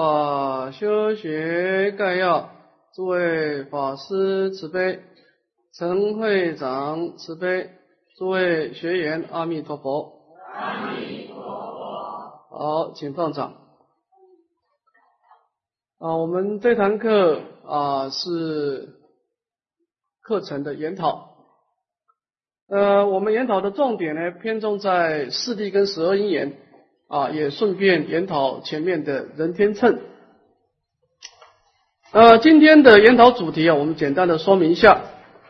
法修学概要，诸位法师慈悲，陈会长慈悲，诸位学员阿弥陀佛。 阿弥陀佛。 好，请放掌。我们这堂课是课程的研讨。我们研讨的重点呢，偏重在四谛跟12因缘也顺便研讨前面的人天乘。今天的研讨主题我们简单的说明一下。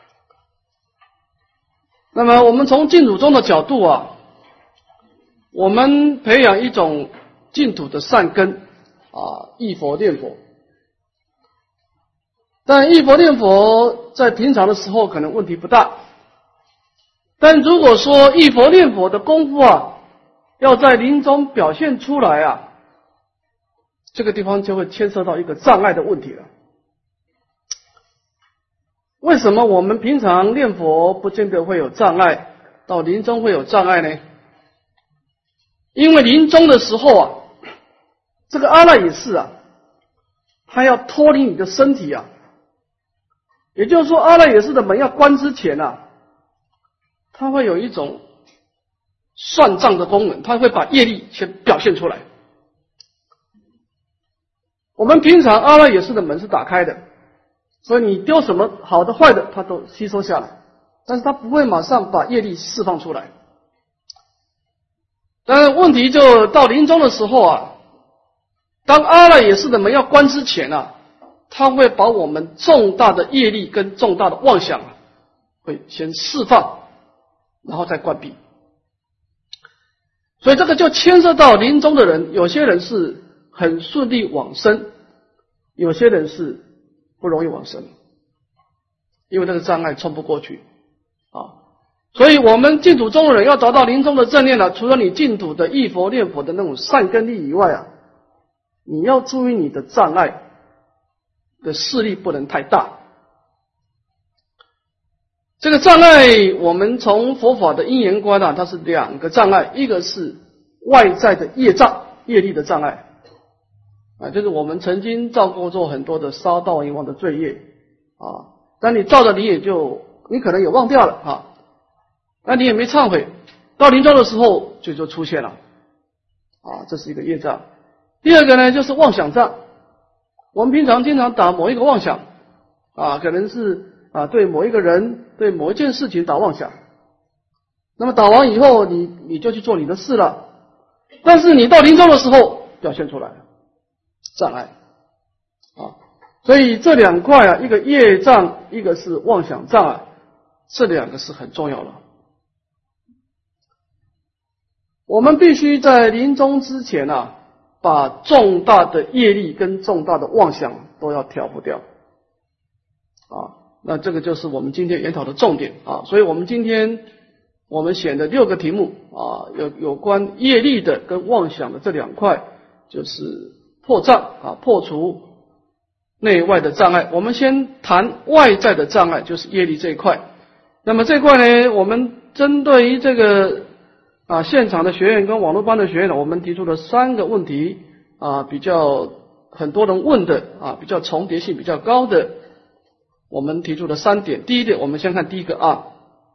那么我们从净土宗的角度我们培养一种净土的善根忆佛念佛。但忆佛念佛在平常的时候可能问题不大，但如果说忆佛念佛的功夫要在临终表现出来这个地方就会牵涉到一个障碍的问题了。为什么我们平常念佛不见得会有障碍，到临终会有障碍呢？因为临终的时候这个阿赖耶识他要脱离你的身体也就是说阿赖耶识的门要关之前它会有一种算账的功能，它会把业力先表现出来。我们平常阿赖耶识的门是打开的，所以你丢什么好的坏的它都吸收下来，但是它不会马上把业力释放出来。但是问题就到临终的时候当阿赖耶识的门要关之前它会把我们重大的业力跟重大的妄想会先释放，然后再关闭。所以这个就牵涉到临终的人，有些人是很顺利往生，有些人是不容易往生，因为那个障碍冲不过去所以我们净土宗的人要找到临终的正念除了你净土的忆佛念佛的那种善根力以外你要注意你的障碍的势力不能太大。这个障碍我们从佛法的因缘观它是两个障碍，一个是外在的业障业力的障碍就是我们曾经造过很多的杀盗淫妄的罪业但你造的你可能也忘掉了那你也没忏悔，到临终的时候就出现了这是一个业障。第二个呢就是妄想障，我们平常经常打某一个妄想可能是对某一个人对某一件事情打妄想，那么打完以后你就去做你的事了，但是你到临终的时候表现出来了障碍所以这两块一个业障一个是妄想障这两个是很重要的。我们必须在临终之前把重大的业力跟重大的妄想都要调伏掉那这个就是我们今天研讨的重点所以我们今天我们选的6个题目有关业力的跟妄想的这两块，就是破障破除内外的障碍。我们先谈外在的障碍，就是业力这一块。那么这一块呢，我们针对于这个现场的学员跟网络班的学员我们提出了3个问题比较很多人问的比较重叠性比较高的，我们提出了3点。第一点，我们先看第一个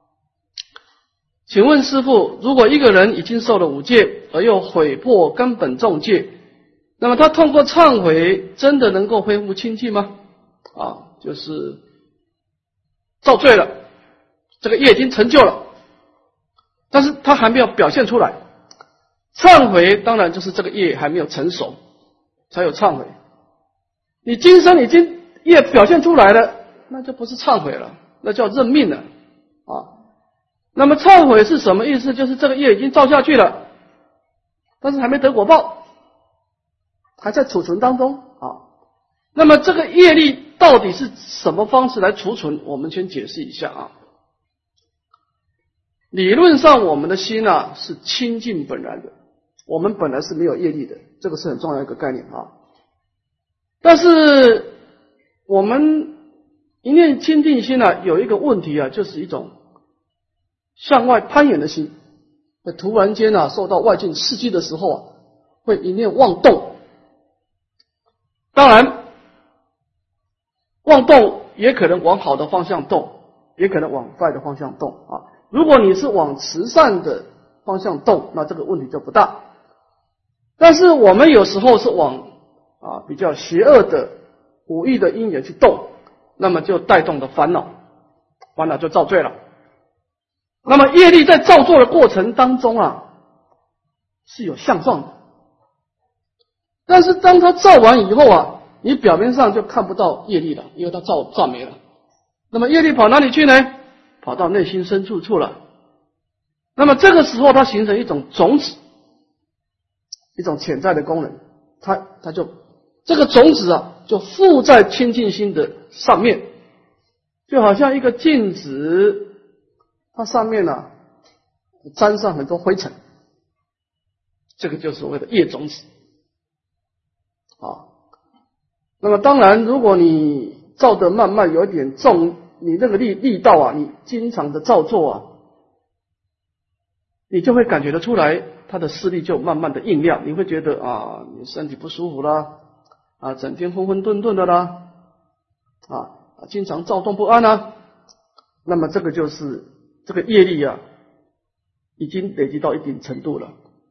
请问师父，如果一个人已经受了5戒，而又毁破根本重戒，那么他通过忏悔真的能够恢复清净吗？就是造罪了，这个业已经成就了，但是他还没有表现出来。忏悔当然就是这个业还没有成熟才有忏悔，你今生已经业表现出来了，那就不是忏悔了，那叫认命了那么忏悔是什么意思？就是这个业已经造下去了，但是还没得果报，还在储存当中那么这个业力到底是什么方式来储存？我们先解释一下理论上我们的心是清净本然的，我们本来是没有业力的，这个是很重要一个概念但是我们一念清净心有一个问题就是一种向外攀岩的心，突然间受到外境刺激的时候会一念妄动当然，妄动也可能往好的方向动，也可能往坏的方向动啊。如果你是往慈善的方向动，那这个问题就不大。但是我们有时候是往比较邪恶的五欲的因缘去动，那么就带动的烦恼就造罪了。那么业力在造作的过程当中是有相状的，但是当它造完以后你表面上就看不到业力了，因为它造没了。那么业力跑哪里去呢？跑到内心深处了。那么这个时候它形成一种种子，一种潜在的功能，它就这个种子就附在清净心的上面，就好像一个镜子，它上面沾上很多灰尘，这个就是所谓的业种子那么当然，如果你造得慢慢有一点重，你那个力道你经常的造作你就会感觉得出来，它的势力就慢慢的硬亮，你会觉得你身体不舒服啦，整天昏昏沌沌的啦，经常躁动不安那么这个就是这个业力已经累积到一定程度了。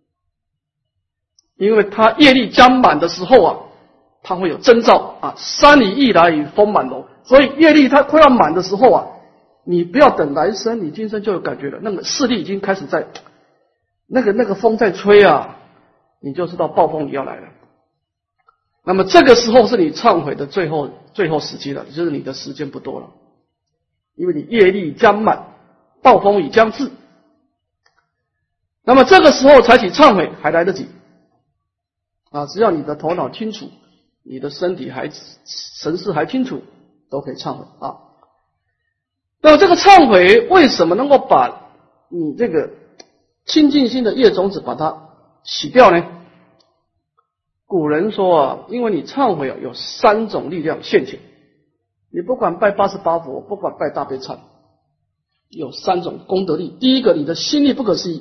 因为它业力将满的时候它会有征兆山里一来雨风满楼，所以业力它快要满的时候你不要等来生，你今生就有感觉了，那个势力已经开始在那个风在吹你就知道暴风雨要来了。那么这个时候是你忏悔的最后时期了，就是你的时间不多了，因为你业力将满，暴风雨将至。那么这个时候采取忏悔还来得及只要你的头脑清楚，你的身体神识还清楚，都可以忏悔那么这个忏悔为什么能够把你这个清净心的业种子把它洗掉呢？古人说因为你忏悔有3种力量现前，你不管拜88佛，不管拜大悲忏，有3种功德力。第一个，你的心力不可思议。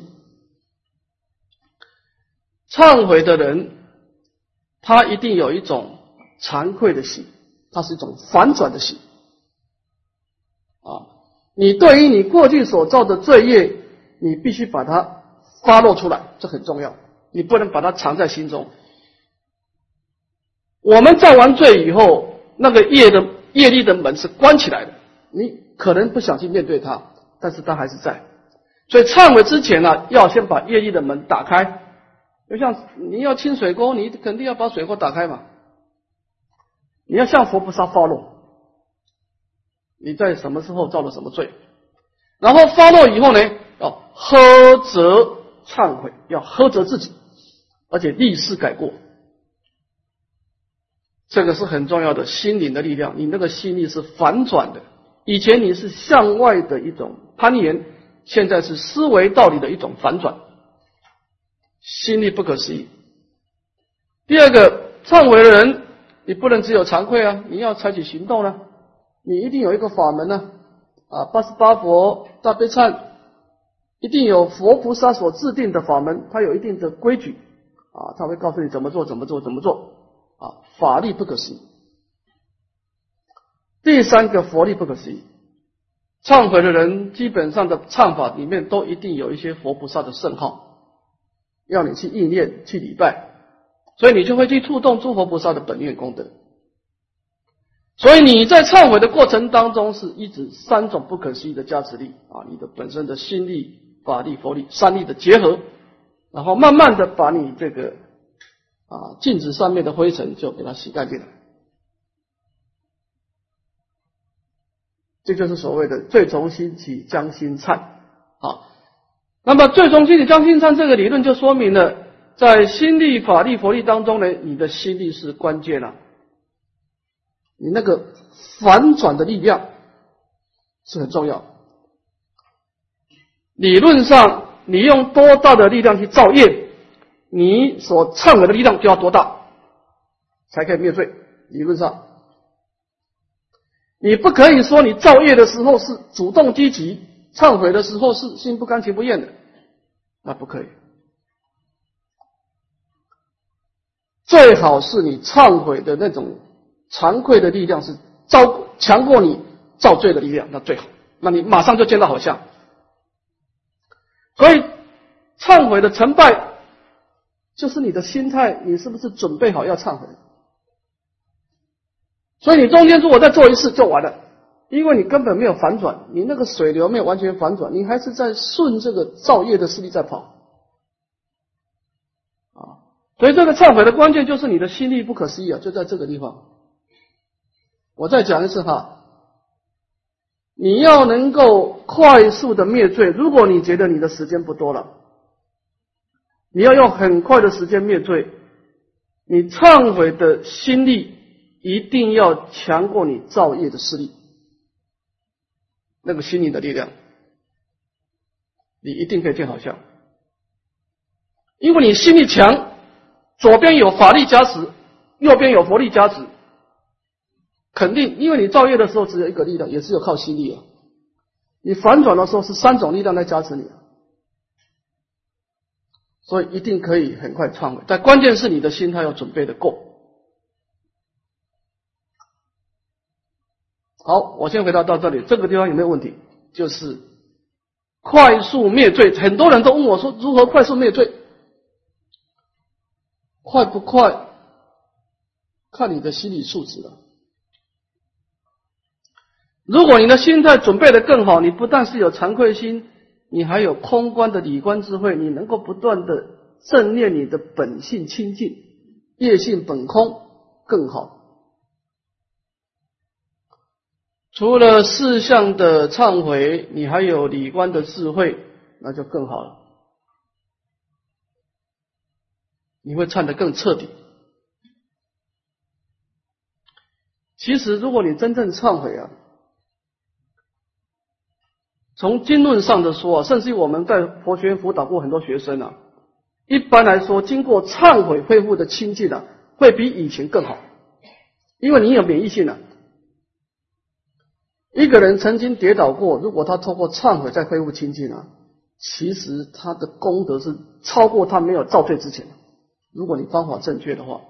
忏悔的人他一定有一种惭愧的喜，它是一种反转的喜你对于你过去所造的罪业，你必须把它发露出来，这很重要，你不能把它藏在心中。我们造完罪以后，那个业力的门是关起来的，你可能不想去面对它，但是它还是在。所以忏悔之前要先把业力的门打开。就像你要清水沟，你肯定要把水沟打开嘛，你要向佛菩萨发露你在什么时候造了什么罪，然后发露以后呢，要呵责忏悔，要呵责自己，而且立誓改过。这个是很重要的心灵的力量，你那个心力是反转的，以前你是向外的一种攀岩，现在是思维道理的一种反转，心力不可思议。第二个，忏悔的人你不能只有惭愧你要采取行动你一定有一个法门88佛大悲忏一定有佛菩萨所制定的法门，它有一定的规矩他会告诉你怎么做法力不可思议。第3个，佛力不可思议。忏悔的人基本上的忏法里面都一定有一些佛菩萨的圣号，要你去意念去礼拜，所以你就会去触动诸佛菩萨的本愿功德。所以你在忏悔的过程当中是一直3种不可思议的加持力你的本身的心力、法力、佛力3力的结合，然后慢慢的把你这个镜子上面的灰尘就给它洗干净了。这就是所谓的最从心起将心忏那么最从心起将心忏这个理论就说明了，在心力、法力、佛力当中呢，你的心力是关键你那个反转的力量是很重要。理论上你用多大的力量去造业，你所忏悔的力量就要多大才可以灭罪。理论上你不可以说你造业的时候是主动积极，忏悔的时候是心不甘情不愿的，那不可以。 最好是你忏悔的那种惭愧的力量是强过你造罪的力量，那最好，那你马上就见到好相。所以忏悔的成败就是你的心态，你是不是准备好要忏悔？所以你中间如果再做一次就完了，因为你根本没有反转，你那个水流没有完全反转，你还是在顺这个造业的势力在跑啊。所以这个忏悔的关键就是你的心力不可思议啊，就在这个地方。我再讲一次哈，你要能够快速的灭罪，如果你觉得你的时间不多了，你要用很快的时间灭罪，你忏悔的心力一定要强过你造业的势力，那个心力的力量，你一定可以见好相。因为你心力强，左边有法力加持，右边有佛力加持，肯定，因为你造业的时候只有一个力量，也只有靠心力啊。你反转的时候是3种力量在加持你，所以一定可以很快忏悔。但关键是你的心态要准备的够。好，我先回答到这里，这个地方有没有问题？就是快速灭罪，很多人都问我说如何快速灭罪，快不快看你的心理素质了。如果你的心态准备的更好，你不但是有惭愧心，你还有空观的理观智慧，你能够不断的正念你的本性清净，业性本空，更好。除了事项的忏悔，你还有理观的智慧，那就更好了，你会忏得更彻底。其实如果你真正忏悔啊，从经论上的说啊，甚至于我们在佛学院辅导过很多学生啊，一般来说经过忏悔恢复的清净啊，会比以前更好，因为你有免疫性啊。一个人曾经跌倒过，如果他透过忏悔再恢复清净啊，其实他的功德是超过他没有造罪之前。如果你方法正确的话，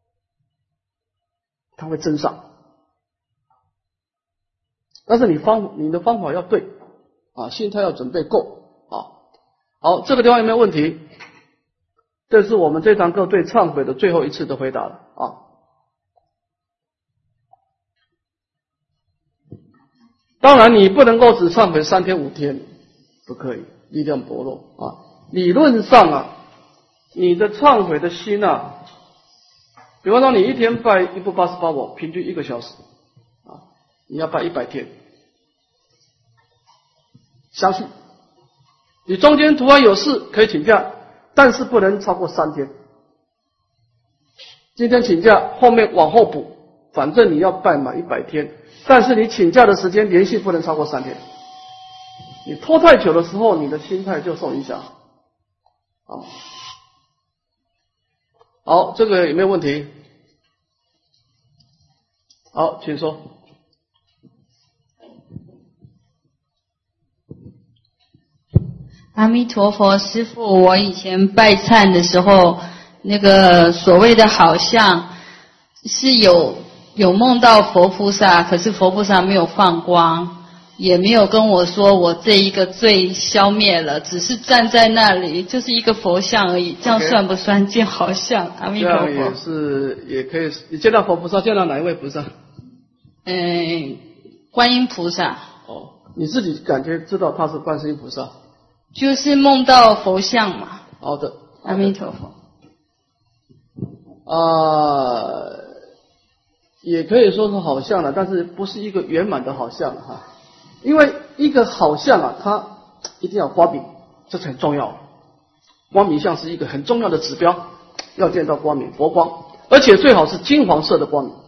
他会增上。但是你的方法要对啊，心态要准备够啊。好，这个地方有没有问题？这是我们这堂课对忏悔的最后一次的回答了啊。当然你不能够只忏悔3天5天，不可以，力量薄弱啊。理论上啊，你的忏悔的心啊，比方说你一天拜一部88我，平均1个小时啊，你要拜100天，相信你中间突然有事可以请假，但是不能超过3天。今天请假，后面往后补，反正你要拜满100天，但是你请假的时间连续不能超过3天。你拖太久的时候，你的心态就受影响啊。好，这个有没有问题？好，请说。 阿弥陀佛，师父，我以前拜忏的时候，那个所谓的好像是有梦到佛菩萨，可是佛菩萨没有放光，也没有跟我说我这一个罪消灭了，只是站在那里，就是一个佛像而已，这样算不算见好像？阿弥陀佛。 这样也是，也可以。你见到佛菩萨，见到哪一位菩萨？ 观音菩萨。 哦，你自己感觉知道他是观世音菩萨？ 就是梦到佛像嘛。 好的， 阿弥陀佛。 也可以说是好像了，但是不是一个圆满的好像哈。因为一个好像啊，它一定要光明，这是很重要。光明像是一个很重要的指标，要见到光明佛光，而且最好是金黄色的光明。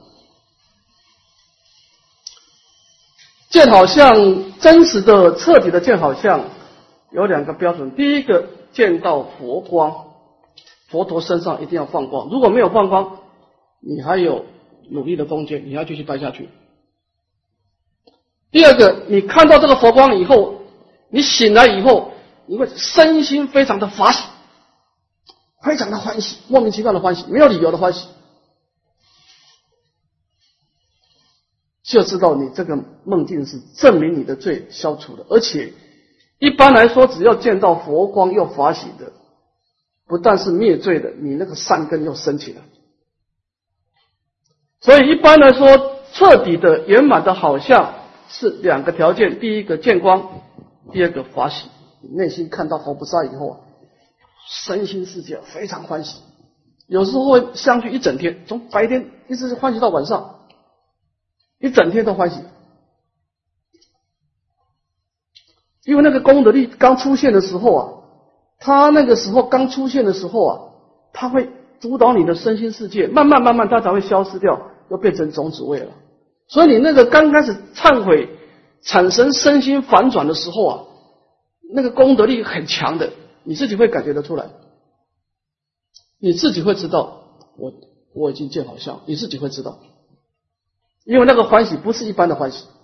见好像，真实的彻底的见好像有2个标准。第一个，见到佛光，佛陀身上一定要放光，如果没有放光，你还有努力的空间，你要继续拜下去。第二个，你看到这个佛光以后，你醒来以后，你会身心非常的法喜， 非常的欢喜，莫名其妙的欢喜，没有理由的欢喜，就知道你这个梦境是证明你的罪消除了。而且一般来说，只要见到佛光又法喜的，不但是灭罪的，你那个善根又升起了。所以一般来说，彻底的圆满的好相是两个条件：第一个见光，第二个法喜。内心看到佛菩萨以后，身心世界非常欢喜，有时候会相聚一整天，从白天一直欢喜到晚上，一整天都欢喜。因为那个功德力刚出现的时候啊，它那个时候刚出现的时候啊，它会主导你的身心世界，慢慢它才会消失掉，又变成种子位了。所以你那个刚开始忏悔产生身心反转的时候啊，那个功德力很强的，你自己会感觉得出来，你自己会知道我已经见好相，你自己会知道，因为那个欢喜不是一般的欢喜。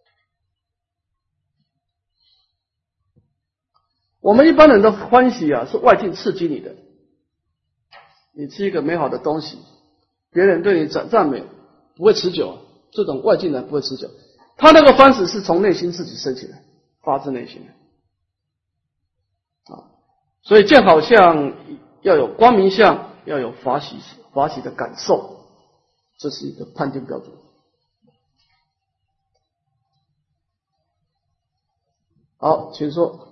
我们一般人的欢喜啊，是外境刺激你的，你吃一个美好的东西，别人对你赞美不会持久，这种外境人不会持久，他那个欢喜是从内心自己升起来，发自内心的。所以见好相要有光明相，要有法喜的感受，这是一个判定标准。好，请说。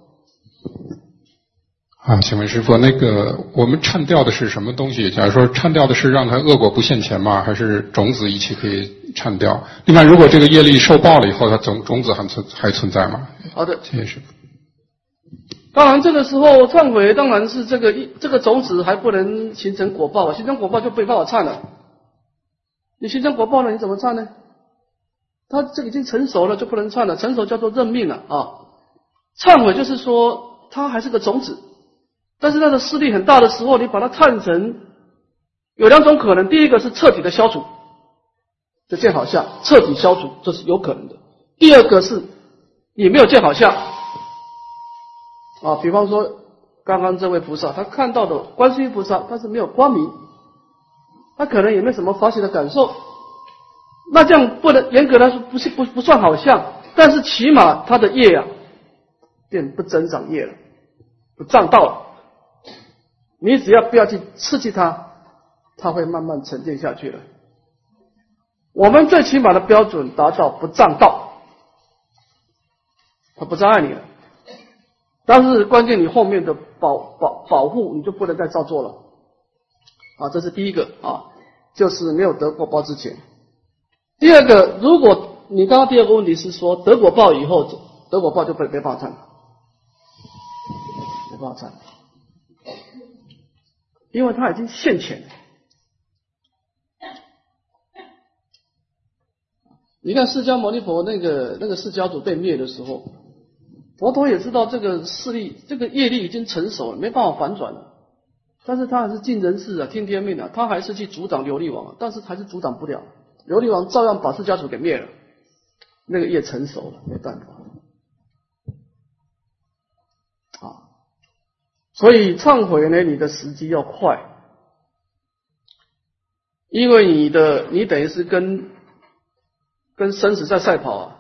请问师父，我们忏掉的是什么东西？假如说忏掉的是让他恶果不现前吗？还是种子一起可以忏掉？另外，如果这个业力受报了以后，它种子还存在吗？ 好的， 谢谢师父。 当然，这个时候忏悔，当然是这个种子还不能形成果报，形成果报就没办法忏了。你形成果报了，你怎么忏呢？它这个已经成熟了，就不能忏了。成熟叫做认命了啊。忏悔就是说，它还是个种子，但是它的势力很大的时候，你把它忏成，有两种可能：第一个是彻底的消除，就见好相，彻底消除，这是有可能的；第二个是你没有见好相。比方说刚刚这位菩萨，他看到的观世音菩萨，他是没有光明，他可能也没什么法喜的感受，那这样不能严格来说不算好相，但是起码他的业啊变不增长业了，不障道了。你只要不要去刺激他，他会慢慢沉淀下去了。我们最起码的标准达到不障道，他不障碍你了。但是关键你后面的保护你就不能再照做了这是第一个就是没有得果报之前。第二个，如果你刚刚第二个问题是说得果报以后，得果报就没办法忏，没办法忏，因为他已经现前了。你看释迦牟尼佛那个释迦族被灭的时候，佛陀也知道这个势力，这个业力已经成熟了，没办法反转了。但是他还是尽人事听天命他还是去阻挡琉璃王，但是还是阻挡不了，琉璃王照样把释迦族给灭了。那个业成熟了，没办法所以忏悔呢，你的时机要快，因为你等于是跟生死在赛跑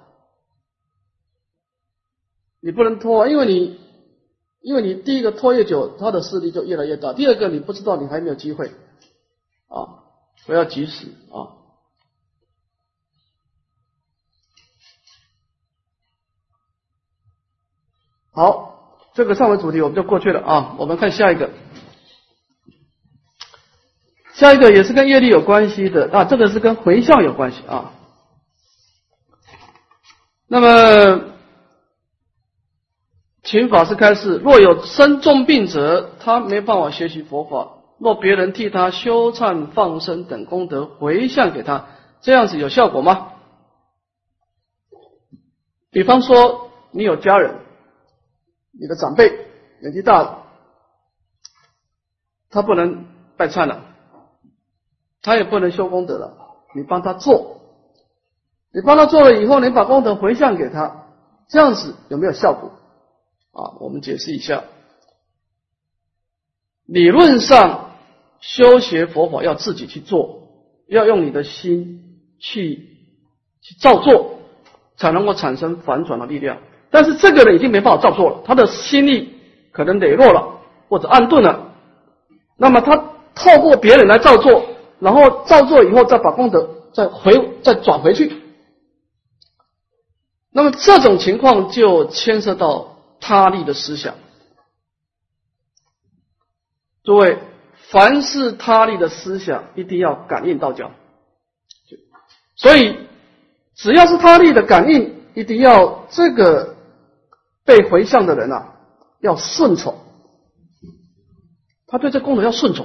你不能拖，因为你第一个拖越久，他的势力就越来越大；第二个，你不知道你还没有机会所以要及时好，这个上回主题我们就过去了我们看下一个，下一个也是跟业力有关系的这个是跟回向有关系那么请法师开示，若有生重病者，他没办法学习佛法，若别人替他修忏放生等功德回向给他，这样子有效果吗？比方说你有家人，你的长辈年纪大了，他不能拜忏了，他也不能修功德了，你帮他做，你帮他做了以后，你把功德回向给他，这样子有没有效果我们解释一下。 理论上修学佛法要自己去做，要用你的心去照做，才能够产生反转的力量。但是这个人已经没办法照做了，他的心力可能羸弱了，或者暗钝了。那么他透过别人来照做，然后照做以后再把功德再转回去。那么这种情况就牵涉到他力的思想。诸位，凡是他力的思想，一定要感应道交。所以，只要是他力的感应，一定要这个被回向的人啊，要顺从。他对这功德要顺从。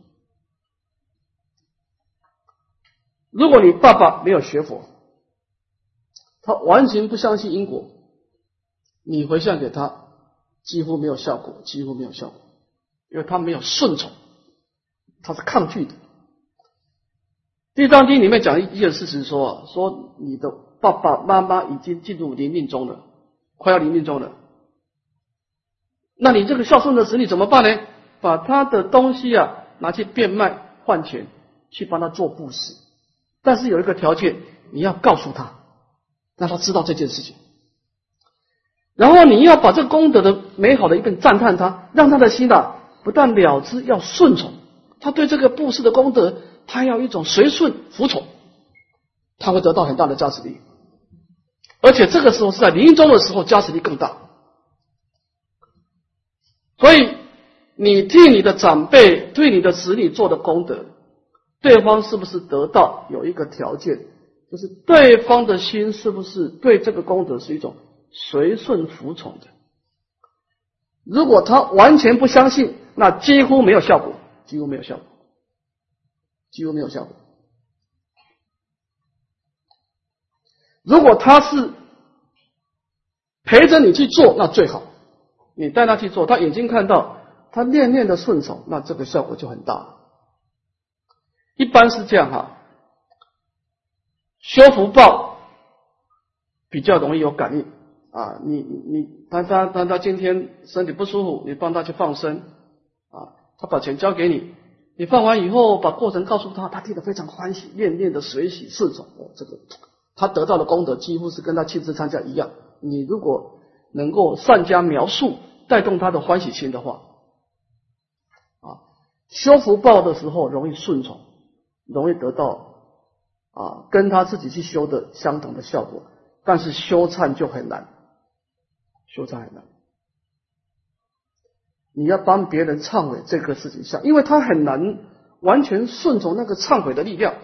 如果你爸爸没有学佛，他完全不相信因果，你回向给他几乎没有效果，几乎没有效果，因为他没有顺从，他是抗拒的。地藏经里面讲一件事情说你的爸爸妈妈已经进入临命终了，快要临命终了，那你这个孝顺的子女怎么办呢？把他的东西啊拿去变卖换钱，去帮他做布施。但是有一个条件，你要告诉他，让他知道这件事情。然后你要把这功德的美好的一面赞叹他，让他的心啊不但了知，要顺从。他对这个布施的功德，他要一种随顺服从，他会得到很大的加持力。而且这个时候是在临终的时候，加持力更大。所以你替你的长辈对你的子女做的功德，对方是不是得到有一个条件，就是对方的心是不是对这个功德是一种随顺服从的。如果他完全不相信，那几乎没有效果，几乎没有效果，几乎没有效果。如果他是陪着你去做，那最好，你带他去做，他眼睛看到，他念念的顺从，那这个效果就很大了。一般是这样哈，修福报比较容易有感应啊。他今天身体不舒服，你帮他去放生啊，他把钱交给你，你放完以后把过程告诉他，他听得非常欢喜，念念的随喜顺从。这个他得到的功德几乎是跟他亲自参加一样。你如果能够善加描述，带动他的欢喜心的话，啊，修福报的时候容易顺从，容易得到跟他自己去修的相同的效果。但是修忏就很难，修忏很难。你要帮别人忏悔这个事情上，因为他很难完全顺从那个忏悔的力量，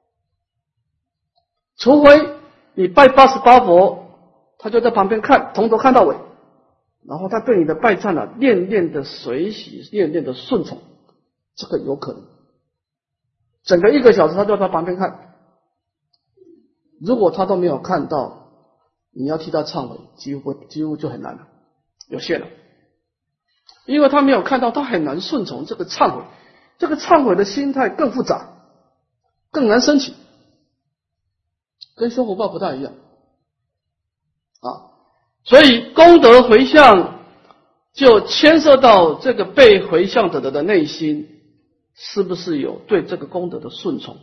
除非你拜88佛，他就在旁边看，从头看到尾，然后他对你的拜忏啊，念念的随喜，念念的顺从，这个有可能。整个1个小时他就在旁边看，如果他都没有看到，你要替他忏悔，几乎就很难了，有限了。因为他没有看到，他很难顺从这个忏悔，这个忏悔的心态更复杂，更难升起，跟修福报不太一样啊。所以功德回向就牵涉到这个被回向者的内心是不是有对这个功德的顺从，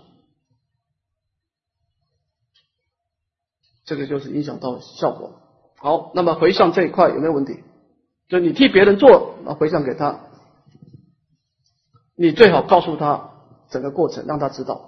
这个就是影响到效果。好，那么回向这一块有没有问题？就你替别人做，回向给他，你最好告诉他整个过程，让他知道。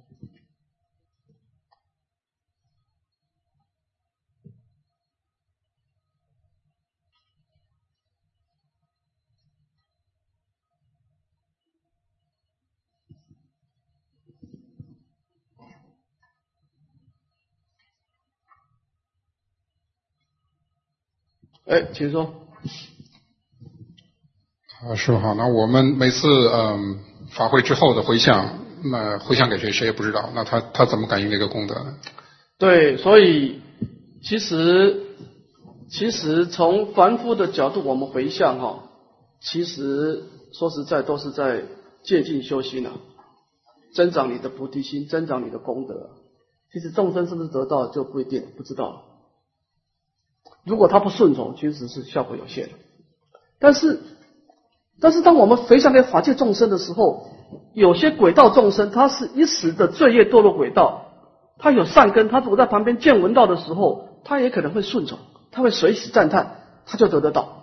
请说。 师父好。那我们每次法会之后的回向，那回向给谁谁也不知道，那他怎么感应这个功德呢？ 对，所以其实从凡夫的角度，我们回向其实说实在都是在借境修心增长你的菩提心，增长你的功德。其实众生是不是得到就不一定，不知道了。如果他不顺从，其实是效果有限的。但是但是当我们回向给法界众生的时候，有些轨道众生，他是一时的罪业堕落轨道，他有善根，他如果在旁边见闻到的时候，他也可能会顺从，他会随喜赞叹，他就得到，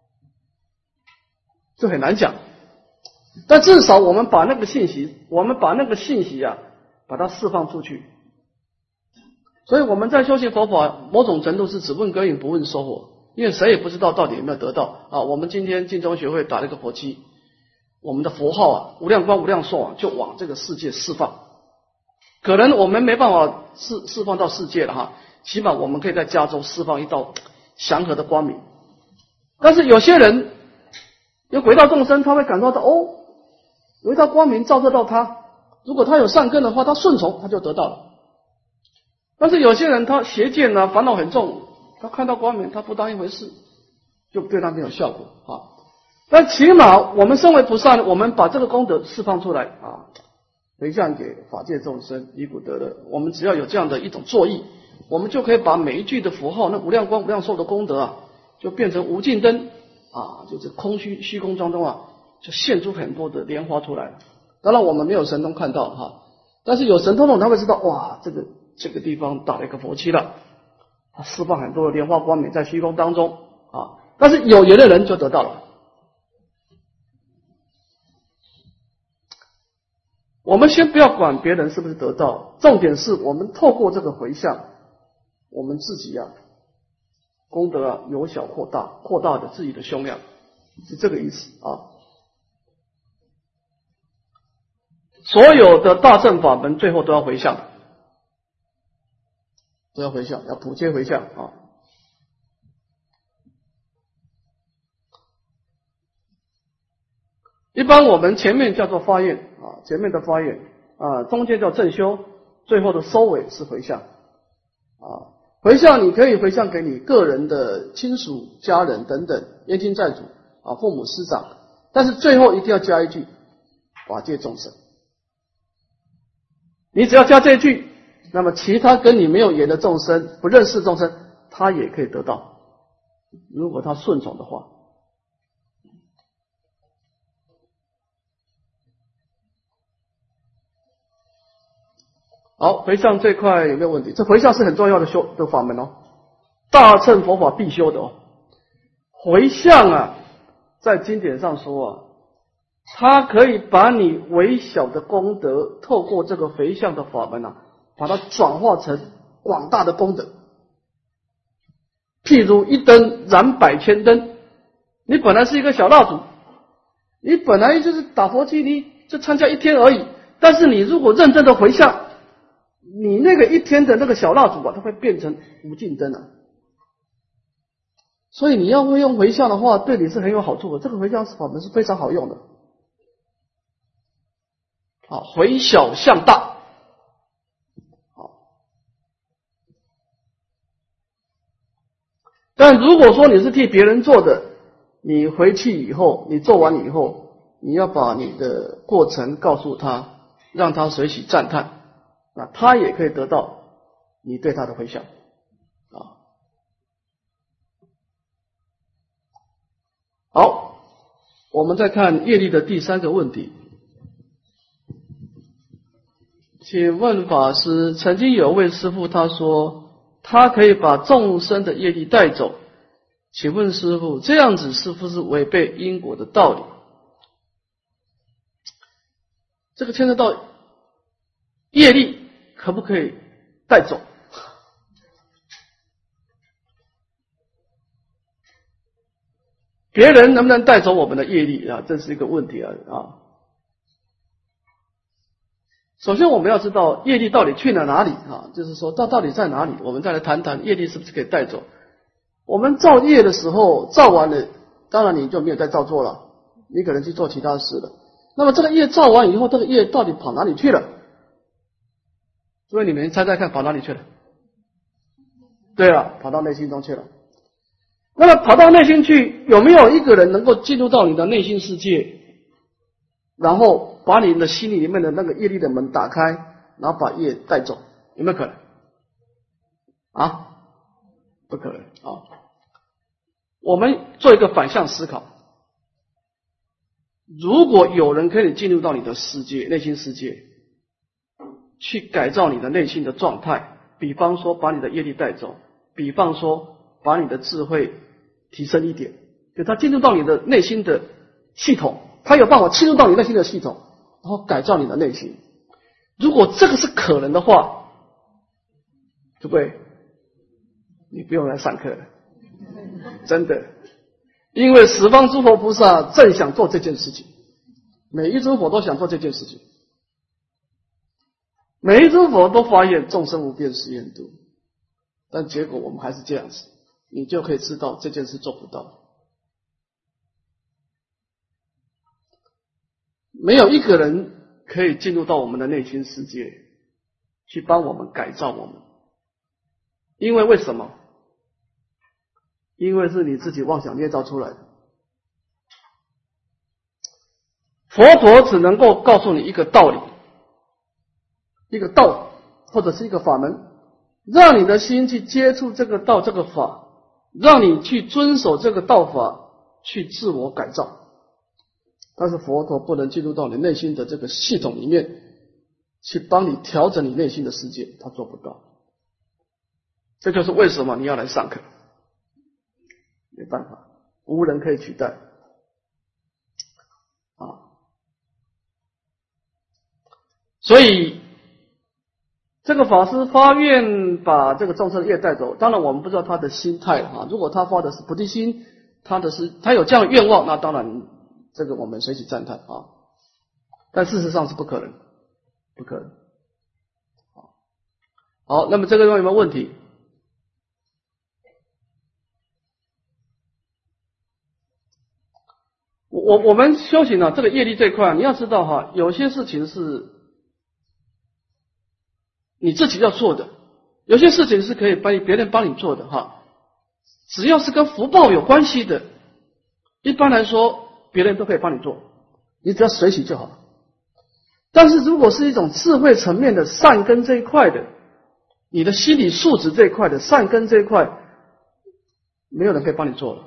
这很难讲。但至少我们把那个信息，把它释放出去。所以我们在修行佛法，某种程度是只问归隐，不问收获，因为谁也不知道到底有没有得到啊。我们今天净宗学会打了一个佛七，我们的佛号啊，无量光无量寿啊，就往这个世界释放。可能我们没办法释放到世界了哈，起码我们可以在加州释放一道祥和的光明。但是有些人有轨道众生，他会感受到哦，有一道光明照射到他，如果他有善根的话，他顺从他就得到了。但是有些人他邪见啊，烦恼很重，他看到光明他不当一回事，就对他没有效果啊。但起码我们身为菩萨呢，我们把这个功德释放出来啊，回向给法界众生离苦得乐。我们只要有这样的一种作意，我们就可以把每一句的符号，那无量光无量寿的功德啊，就变成无尽灯啊，就是空虚空当中啊，就现出很多的莲花出来了。当然我们没有神通看到哈，但是有神通的人他会知道，哇，这个地方打了一个佛七了，他释放很多的莲花光明在虚空当中啊。但是有缘的人就得到了。我们先不要管别人是不是得到，重点是我们透过这个回向，我们自己啊功德啊由小扩大，扩大的自己的胸量，是这个意思啊。所有的大乘法门最后都要回向，都要回向，要普皆回向啊。一般我们前面叫做发愿啊，前面的发愿啊，中间叫正修，最后的收尾是回向啊。回向你可以回向给你个人的亲属、家人等等冤亲债主啊、父母师长，但是最后一定要加一句法界众生。你只要加这一句，那么其他跟你没有缘的众生、不认识的众生，他也可以得到，如果他顺从的话。好，回向这块有没有问题？这回向是很重要的修的法门哦，大乘佛法必修的哦。回向啊，在经典上说啊，它可以把你微小的功德，透过这个回向的法门啊，把它转化成广大的功德。譬如一灯燃百千灯，你本来是一个小蜡烛，你本来就是打佛七，你就参加一天而已，但是你如果认真的回向，你那个一天的那个小蜡烛啊，它会变成无尽灯啊。所以你要会用回向的话，对你是很有好处的。这个回向法门是非常好用的。好，回小向大。好，但如果说你是替别人做的，你回去以后，你做完以后，你要把你的过程告诉他，让他随喜赞叹。那他也可以得到你对他的回向啊。好，我们再看业力的第三个问题。请问法师，曾经有位师父他说他可以把众生的业力带走，请问师父，这样子是不是违背因果的道理？这个牵涉到业力可不可以带走？别人能不能带走我们的业力啊？这是一个问题啊！首先我们要知道业力到底去了哪里啊？就是说它到底在哪里？我们再来谈谈业力是不是可以带走。我们造业的时候造完了，当然你就没有再造作了，你可能去做其他事了。那么这个业造完以后，这个业到底跑哪里去了？所以你们猜猜看跑哪里去了？对了，跑到内心中去了。那么跑到内心去，有没有一个人能够进入到你的内心世界，然后把你的心里面的那个业力的门打开，然后把业带走？有没有可能？啊，不可能啊！我们做一个反向思考， 如果有人可以进入到你的世界，内心世界，去改造你的内心的状态，比方说把你的业力带走，比方说把你的智慧提升一点，就他进入到你的内心的系统，他有办法侵入到你内心的系统，然后改造你的内心。如果这个是可能的话，对不对？你不用来上课了，真的，因为十方诸佛菩萨正想做这件事情，每一尊佛都想做这件事情，每一尊佛都发现众生无边誓愿度，但结果我们还是这样子，你就可以知道这件事做不到。没有一个人可以进入到我们的内心世界去帮我们改造我们，因为为什么？因为是你自己妄想捏造出来的。佛陀只能够告诉你一个道理，一个道或者是一个法门，让你的心去接触这个道这个法，让你去遵守这个道法，去自我改造。但是佛陀不能进入到你内心的这个系统里面去帮你调整你内心的世界，他做不到。这就是为什么你要来上课，没办法，无人可以取代啊。所以这个法师发愿把这个众生的业带走，当然我们不知道他的心态啊。如果他发的是菩提心，他有这样的愿望，那当然这个我们随喜赞叹啊。但事实上是不可能，不可能。好，那么这个有没有问题？我们修行啊，这个业力这一块，你要知道哈，有些事情是你自己要做的，有些事情是可以别人帮你做的哈。只要是跟福报有关系的，一般来说别人都可以帮你做，你只要随喜就好了。但是如果是一种智慧层面的善根这一块的，你的心理素质这一块的善根这一块，没有人可以帮你做了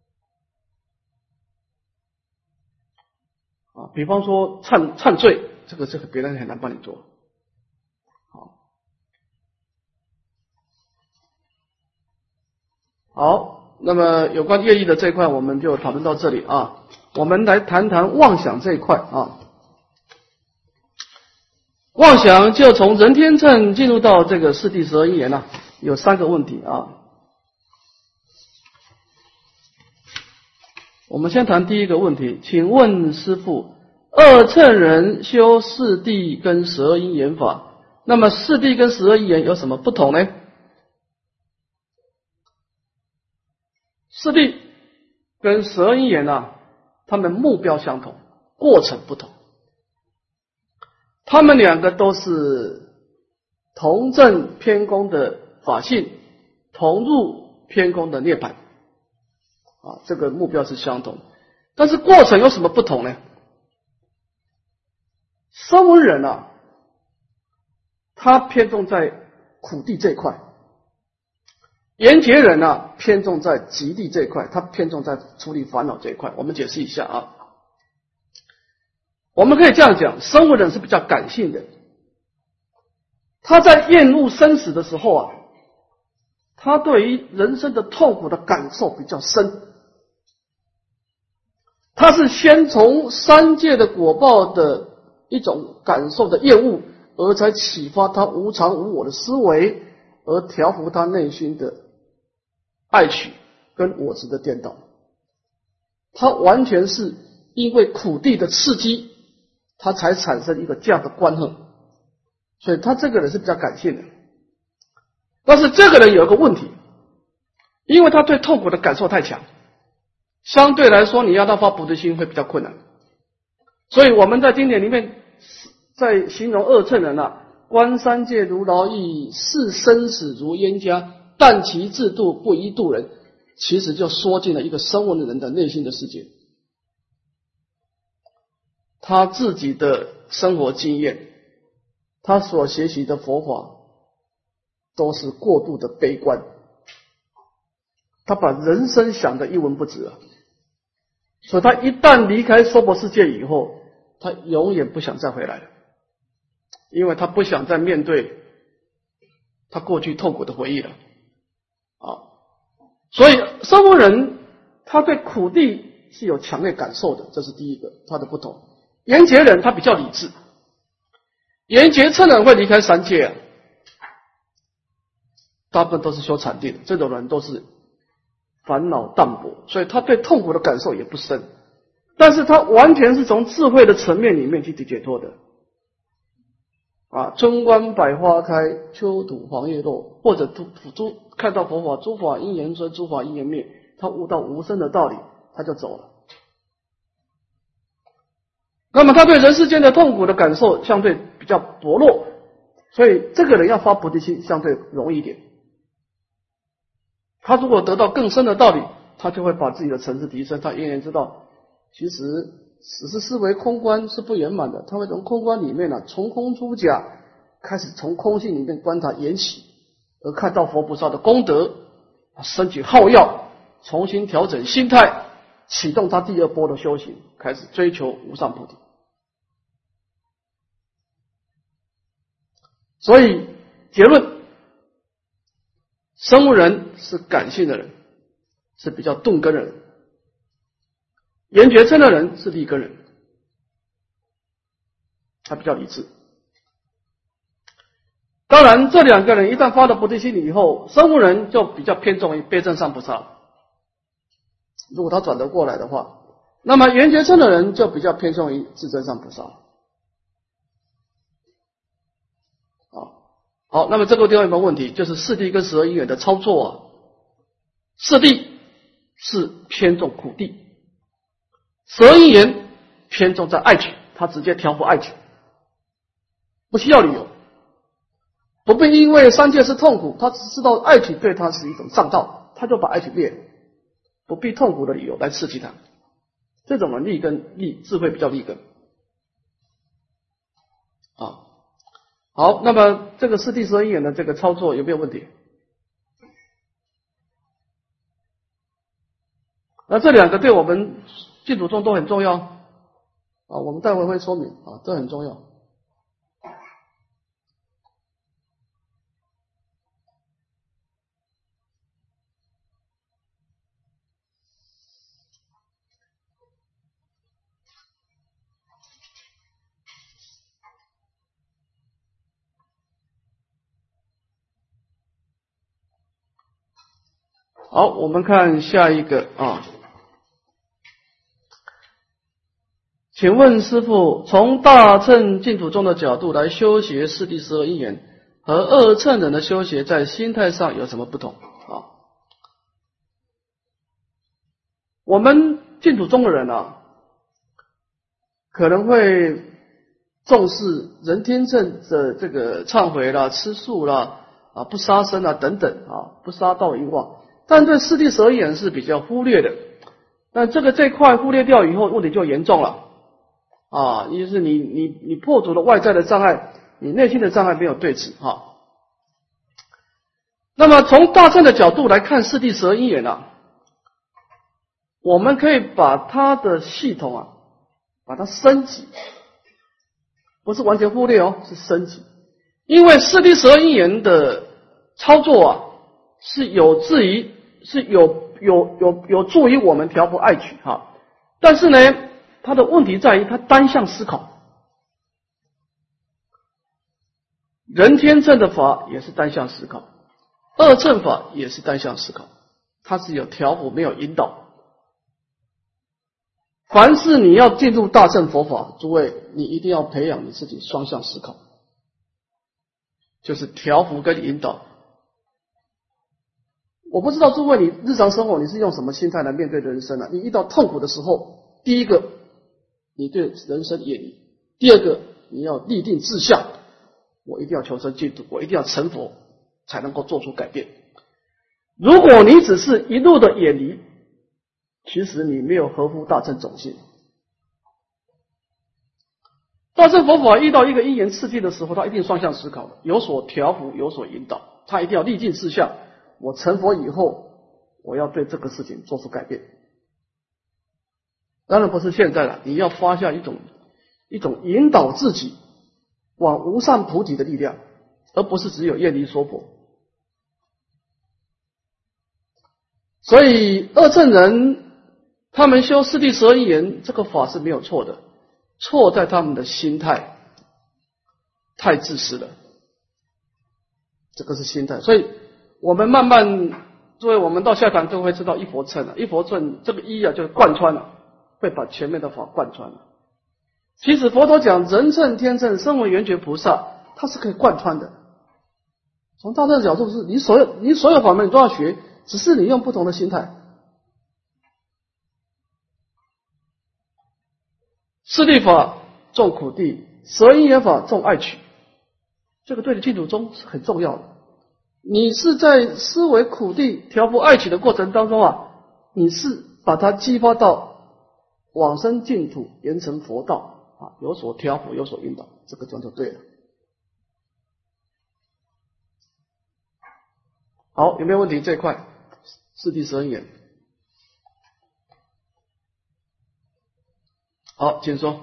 啊。比方说忏罪，这个别人很难帮你做。好，那么有关业力的这一块我们就讨论到这里啊。我们来谈谈妄想这一块啊。妄想就从人天乘进入到这个四谛12因缘啊，有3个问题啊。我们先谈第一个问题，请问师父，二乘人修四谛跟12因缘法，那么四谛跟12因缘有什么不同呢？四谛跟12因缘啊，他们目标相同，过程不同。他们两个都是同证偏空的法性，同入偏空的涅槃啊，这个目标是相同，但是过程有什么不同呢？声闻人啊，他偏重在苦地这一块，缘觉人啊偏重在极地这一块，他偏重在处理烦恼这一块。我们解释一下啊。我们可以这样讲，声闻人是比较感性的，他在厌恶生死的时候啊，他对于人生的痛苦的感受比较深，他是先从三界的果报的一种感受的厌恶，而才启发他无常无我的思维，而调伏他内心的爱取跟我执的颠倒。他完全是因为苦地的刺激，他才产生一个这样的观恨，所以他这个人是比较感性的。但是这个人有一个问题，因为他对痛苦的感受太强，相对来说你要他发菩提心会比较困难。所以我们在经典里面在形容二乘人啊，观三界如牢狱，视生死如冤家，但其自度不依度人，其实就说进了一个声闻的人的内心的世界。他自己的生活经验，他所学习的佛法都是过度的悲观，他把人生想得一文不值啊。 所以他一旦离开娑婆世界以后，他永远不想再回来了，因为他不想再面对他过去痛苦的回忆了啊。所以声闻人他对苦地是有强烈感受的，这是第一个他的不同。缘觉人他比较理智，缘觉乘人会离开三界啊，大部分都是修禅定，这种人都是烦恼淡薄，所以他对痛苦的感受也不深，但是他完全是从智慧的层面里面去解脱的啊。春观百花开，秋吐黄叶落，或者看到佛法，诸法因缘生，诸法因缘灭，他悟到无生的道理，他就走了。那么他对人世间的痛苦的感受相对比较薄弱，所以这个人要发菩提心相对容易一点。他如果得到更深的道理，他就会把自己的层次提升，他永远知道其实只是思维空观是不圆满的，他会从空观里面从空出假，开始从空性里面观察缘起，而看到佛菩萨的功德，升起好药，重新调整心态，启动他第二波的修行，开始追求无上菩提。所以结论，声闻人是感性的人，是比较钝根的人，缘觉乘的人是利根人，他比较理智。当然这两个人一旦发了菩提心以后，声闻人就比较偏重于悲正上菩萨，如果他转得过来的话，那么缘觉乘的人就比较偏重于至真上菩萨。好，那么这个地方有没有问题？就是四谛跟12因缘的操作啊。四谛是偏重苦谛，12因缘偏重在爱取，他直接调伏爱取，不需要理由，不必因为三界是痛苦，他只知道爱取对他是一种障道，他就把爱取灭了，不必痛苦的理由来刺激他。这种人利根智慧比较利根啊。好，那么这个四谛12因缘的这个操作有没有问题？那这两个对我们净土宗都很重要啊，我们待会会说明啊，这很重要。好，我们看下一个啊。请问师父，从大乘净土宗的角度来修学四谛12因缘和二乘人的修学在心态上有什么不同啊？我们净土宗的人啊，可能会重视人天乘的这个忏悔啦、吃素啦、不杀生啦等等啊，不杀盗淫妄。但对四谛12因缘是比较忽略的，但这块忽略掉以后，问题就严重了啊！也就是你破除了外在的障碍，你内心的障碍没有对治哈。那么从大乘的角度来看四谛12因缘啊，我们可以把它的系统啊，把它升级，不是完全忽略哦，是升级，因为四谛12因缘的操作啊，是有助于我们调伏爱取哈，但是呢，它的问题在于它单向思考，人天乘的法也是单向思考，二乘法也是单向思考，它是有调伏没有引导。凡是你要进入大乘佛法，诸位你一定要培养你自己双向思考，就是调伏跟引导。我不知道诸位你日常生活你是用什么心态来面对人生啊？你遇到痛苦的时候，第一个你对人生远离，第二个你要立定志向，我一定要求生净土，我一定要成佛才能够做出改变。如果你只是一路的远离，其实你没有合乎大乘种性。大乘佛法遇到一个因缘刺激的时候，它一定双向思考的，有所调伏，有所引导，它一定要立定志向，我成佛以后，我要对这个事情做出改变。 当然不是现在了，你要发下一种引导自己往无上菩提的力量，而不是只有业力说破。所以二乘人他们修四谛十二因缘这个法是没有错的，错在他们的心态太自私了，这个是心态。所以我们慢慢，作为我们到下堂就会知道一佛乘了，一佛乘这个一啊，就是贯穿了，会把前面的法贯穿了。其实佛陀讲人乘、天乘、声闻缘觉菩萨，它是可以贯穿的。从大乘的角度是，你所有法门你都要学，只是你用不同的心态。四谛法重苦谛，十二因缘法重爱取，这个对你净土宗是很重要的。你是在思维苦谛、调伏爱取的过程当中啊，你是把它激发到往生净土、圆成佛道啊，有所调伏，有所引导，这个就对了。好，有没有问题？这一块四谛十二因缘。好，请说。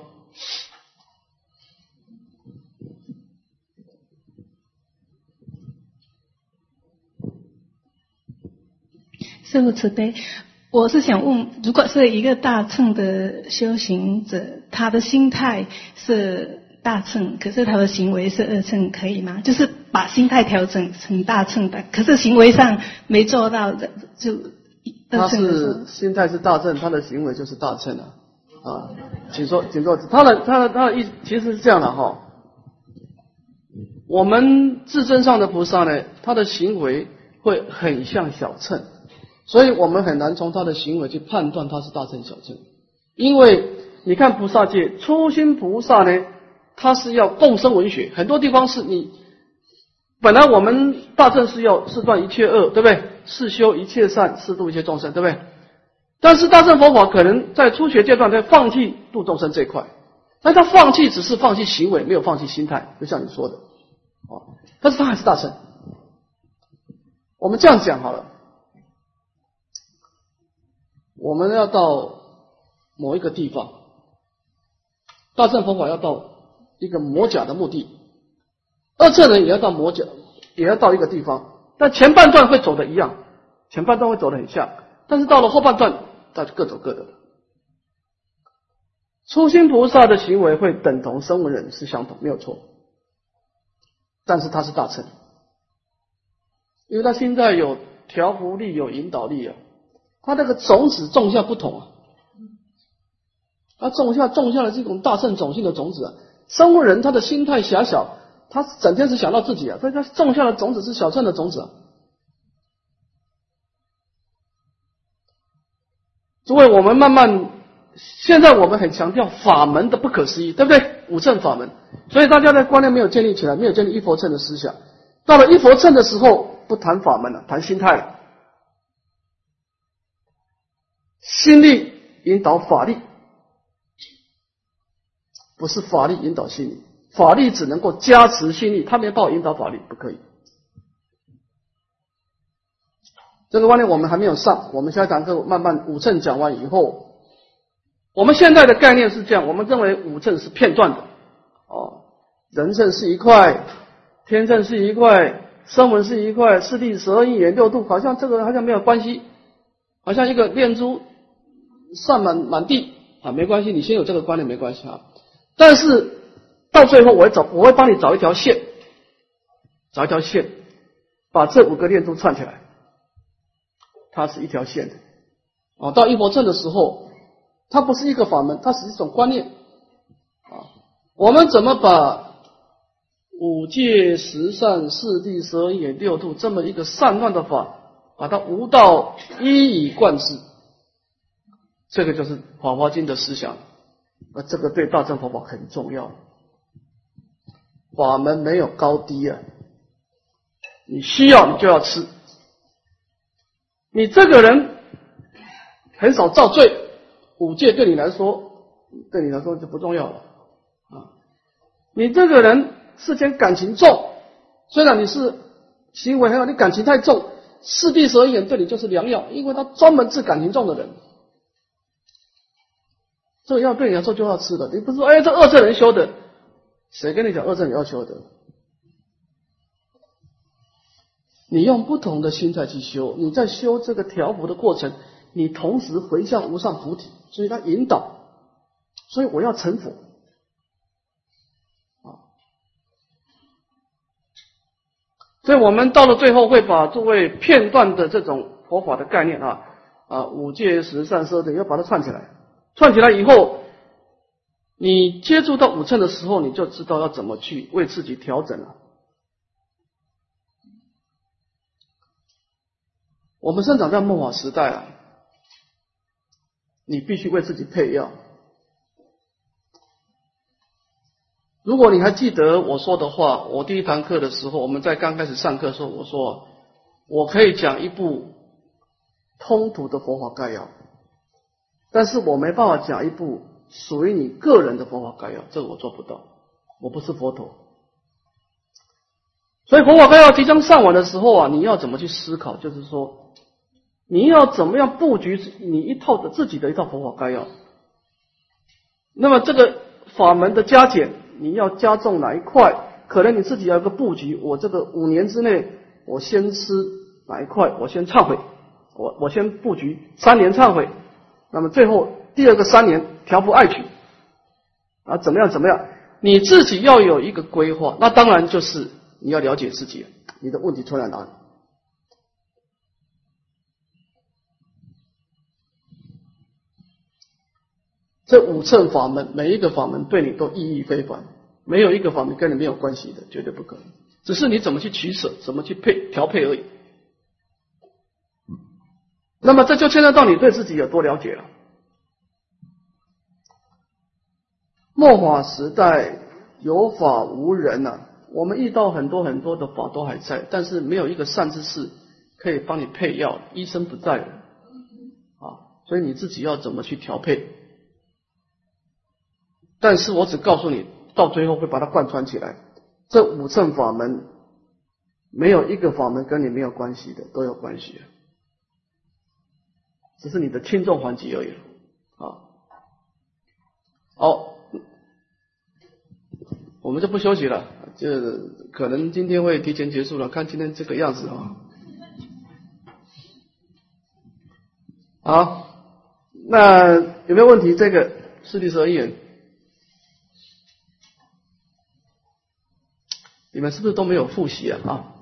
师父慈悲，我是想问，如果是一个大乘的修行者，他的心态是大乘，可是他的行为是二乘，可以吗？就是把心态调整成大乘的，可是行为上没做到的，就二乘的时候。 他是心态是大乘，他的行为就是大乘啊。啊，请说。他的意思其实是这样的哈。我们自身上的菩萨呢，他的行为会很像小乘，所以我们很难从他的行为去判断他是大乘小乘。因为你看菩萨界初心菩萨呢，他是要共生文学，很多地方是你本来我们大乘是要是断一切恶，对不对？是修一切善，是度一切众生，对不对？但是大乘佛法可能在初学阶段在放弃度众生这一块，但他放弃只是放弃行为，没有放弃心态，就像你说的但是他还是大乘。我们这样讲好了，我们要到某一个地方，大乘佛法要到一个摩甲的目的，二乘人也要到摩甲，也要到一个地方，但前半段会走的一样，前半段会走的很像，但是到了后半段大家各走各的。初心菩萨的行为会等同声闻人是相同，没有错，但是他是大乘，因为他心在有调伏力，有引导力啊，他那个种子种下不同啊，他种下的这种大乘种性的种子啊。声闻人他的心态狭小，他整天只想到自己啊，所以他种下的种子是小乘的种子啊。诸位，我们慢慢，现在我们很强调法门的不可思议，对不对？五乘法门，所以大家的观念没有建立起来，没有建立一佛乘的思想。到了一佛乘的时候，不谈法门了，谈心态了。心力引导法力，不是法力引导心力，法力只能够加持心力，他没办法引导法力，不可以。这个观念我们还没有上，我们下一堂课慢慢五乘讲完以后，我们现在的概念是这样，我们认为五乘是片段的人乘是一块，天乘是一块，声闻是一块，四谛十二因缘六度，好像这个好像没有关系，好像一个念珠散满地啊，没关系，你先有这个观念没关系啊。但是到最后我会帮你找一条线，把这五个念珠串起来，它是一条线的到一佛乘的时候，它不是一个法门，它是一种观念我们怎么把五戒十善四谛十二因缘六度这么一个散乱的法，把它悟道一以贯之，这个就是《法华经》的思想，而这个对大乘佛法很重要。法门没有高低啊，你需要你就要吃。你这个人很少造罪，五戒对你来说就不重要了你这个人事前感情重，虽然你是行为很好，你感情太重，四谛十二因缘对你就是良药，因为他专门治感情重的人。 这个药对你来说就要吃的，你不是说这二乘人修的，谁跟你讲二乘人要修的？你用不同的心态去修，你在修这个调伏的过程，你同时回向无上菩提，所以它引导，所以我要成佛啊。所以我们到了最后会把诸位片段的这种佛法的概念五戒十善摄等要把它串起来，串起来以后，你接触到五乘的时候，你就知道要怎么去为自己调整了。我们生长在末法时代你必须为自己配药。如果你还记得我说的话，我第一堂课的时候，我们在刚开始上课的时候，我说我可以讲一部通途的佛法概要，但是我没办法讲一部属于你个人的佛法概要，这个我做不到，我不是佛陀。所以佛法概要即将上完的时候你要怎么去思考，就是说你要怎么样布局你自己的一套佛法概要。那么这个法门的加减，你要加重哪一块，可能你自己要有个布局，我这个5年之内我先吃哪一块，我先忏悔，我先布局3年忏悔，那么最后第二个3年调伏爱取怎么样，你自己要有一个规划。那当然就是你要了解自己，你的问题出在哪里。这5乘法门，每一个法门对你都意义非凡，没有一个法门跟你没有关系的，绝对不可能。只是你怎么去取舍，怎么去调配而已。那么这就牵涉到你对自己有多了解了。末法时代有法无人我们遇到很多的法都还在，但是没有一个善知识可以帮你配药，医生不在了所以你自己要怎么去调配。但是我只告诉你，到最后会把它贯穿起来。这5乘法门，没有一个法门跟你没有关系的，都有关系只是你的轻重缓急而已好，我们就不休息了，可能今天会提前结束了，看今天这个样子好，那有没有问题？这个师弟12因缘，你们是不是都没有复习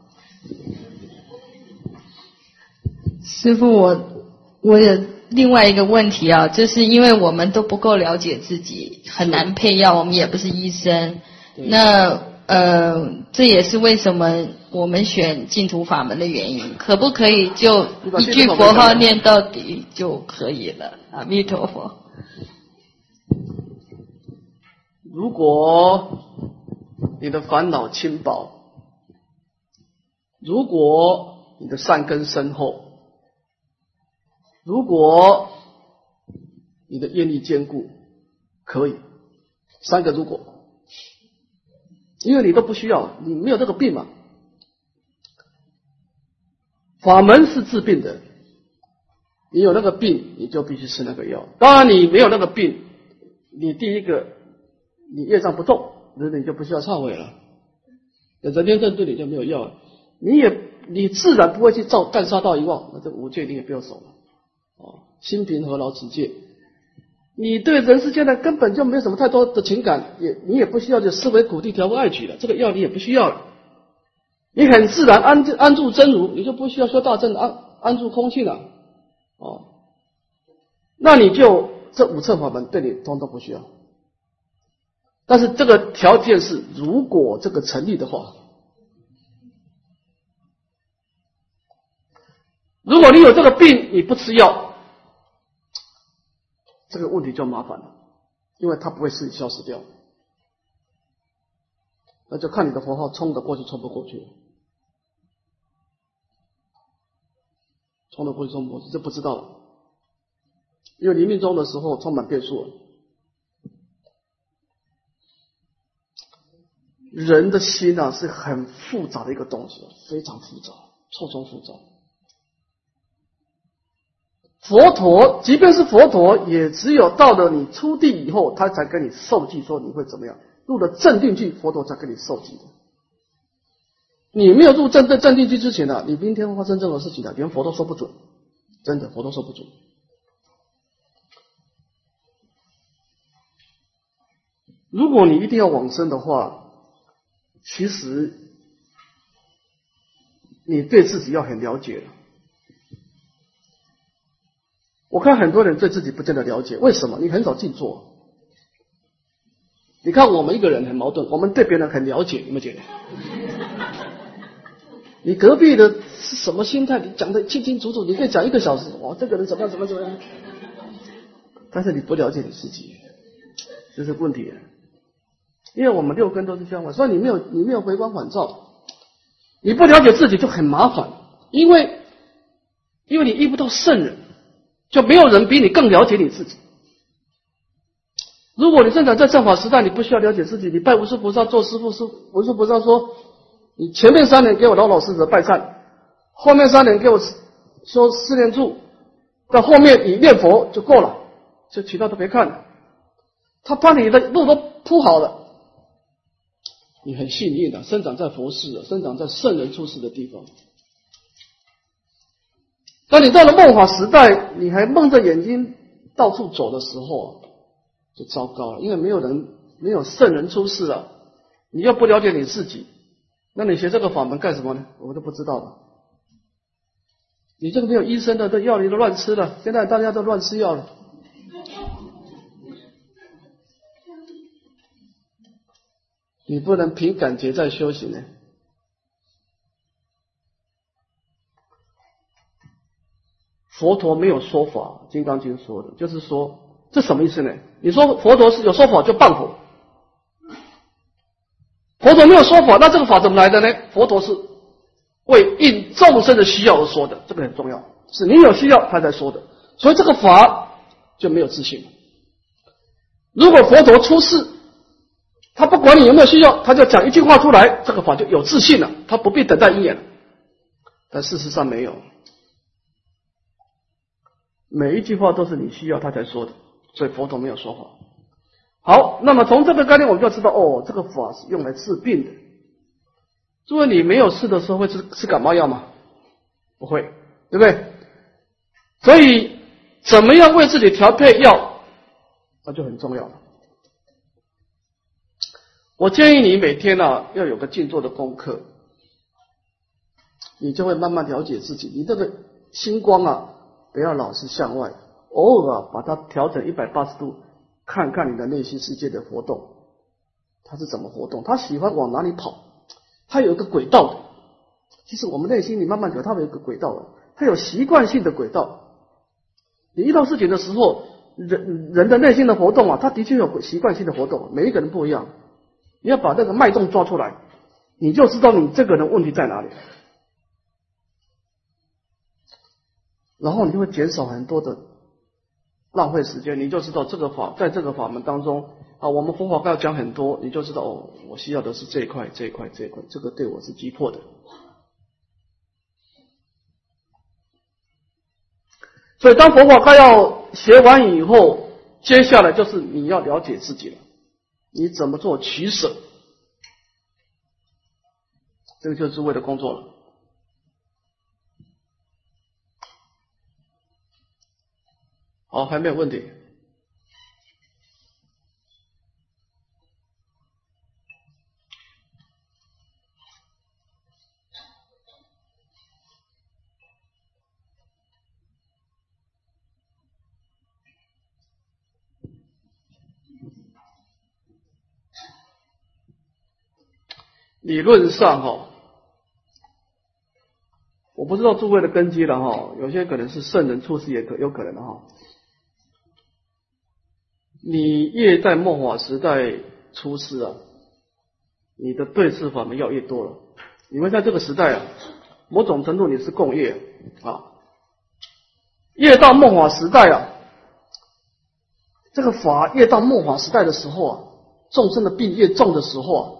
师父，我有另外一个问题就是因为我们都不够了解自己，很难配药，我们也不是医生。那这也是为什么我们选净土法门的原因。可不可以就一句佛号念到底就可以了？阿弥陀佛。 如果你的烦恼轻薄，如果你的善根深厚，如果你的愿力坚固，可以3个如果，因为你都不需要，你没有这个病嘛。法门是治病的，你有那个病你就必须吃那个药。当然你没有那个病，你第一个你业障不重，那你就不需要忏悔了，人天正对你就没有药了，你自然不会去干杀盗淫妄，那这5戒你也不要守了心平和劳持戒，你对人世间的根本就没有什么太多的情感，你也不需要就思维苦地调伏爱取了，这个药你也不需要了，你很自然安住真如，你就不需要修大正安住空性了那你就这5乘法门对你通通不需要。但是这个条件是，如果这个成立的话，如果你有这个病你不吃药，这个问题就麻烦了，因为它不会自己消失掉，那就看你的佛号冲得过去冲不过去了，冲得过去冲不过去这不知道了，因为临命终的时候充满变数了。人的心是很复杂的一个东西，非常复杂，错综复杂。 佛陀即便是佛陀，也只有到了你出地以后，他才跟你授记说你会怎么样。入了正定句，佛陀才跟你授记的。你没有入正定句之前你明天会发生任何事情连佛都说不准，真的佛都说不准。如果你一定要往生的话，其实你对自己要很了解了。我看很多人对自己不见得了解，为什么？你很少静坐。你看我们一个人很矛盾，我们对别人很了解，有没有觉得？你隔壁的是什么心态，你讲得清清楚楚，你可以讲1个小时，哇，这个人怎么样怎么样怎么样，但是你不了解你自己，这是问题。因为我们6根都是相反，所以你没有回光返照，你不了解自己就很麻烦，因为你遇不到圣人，就没有人比你更了解你自己。如果你生长在正法时代，你不需要了解自己，你拜无数菩萨做师父，无数菩萨说，你前面3年给我老老实实的拜忏，后面3年给我说4念住，到后面你念佛就够了，就其他都别看了。他把你的路都铺好了，你很幸运的，生长在佛寺，生长在圣人出世的地方。当你到了末法时代，你还蒙着眼睛到处走的时候，就糟糕了，因为没有圣人出世了，你又不了解你自己，那你学这个法门干什么呢？我都不知道了。你这个没有医生的，这药你都乱吃了，现在大家都乱吃药了。你不能凭感觉在修行呢。佛陀没有说法，《金刚经》说的，就是说，这什么意思呢？你说佛陀是有说法就谤佛，佛陀没有说法，那这个法怎么来的呢？佛陀是为应众生的需要而说的，这个很重要，是你有需要他才说的，所以这个法就没有自信。如果佛陀出世，他不管你有没有需要，他就讲一句话出来，这个法就有自信了，他不必等待因缘了。但事实上没有，每一句话都是你需要他才说的，所以佛陀没有说法。好，那么从这个概念我们就知道，这个法是用来治病的。诸位，你没有事的时候会吃感冒药吗？不会，对不对？所以怎么样为自己调配药，那就很重要了。我建议你每天要有个静坐的功课，你就会慢慢了解自己。你这个心光不要老是向外，偶尔把它调整180度，看看你的内心世界的活动，它是怎么活动，它喜欢往哪里跑，它有一个轨道的。其实我们内心你慢慢觉得它有一个轨道的，它有习惯性的轨道。你遇到事情的时候，人的内心的活动它的确有习惯性的活动，每一个人不一样。你要把这个脉动抓出来，你就知道你这个人问题在哪里，然后你就会减少很多的浪费时间，你就知道这个法在这个法门当中我们佛法要讲很多，你就知道我需要的是这一块这一块这一块，这个对我是急迫的。所以当佛法概要学完以后，接下来就是你要了解自己了，你怎么做取舍，这个就是诸位的工作了。好，还没有问题。理论上我不知道诸位的根基了有些可能是圣人出世也有可能的你越在末法时代出世你的对治法门要越多了。你们在这个时代某种程度你是共业越到末法时代这个法越到末法时代的时候众生的病越重的时候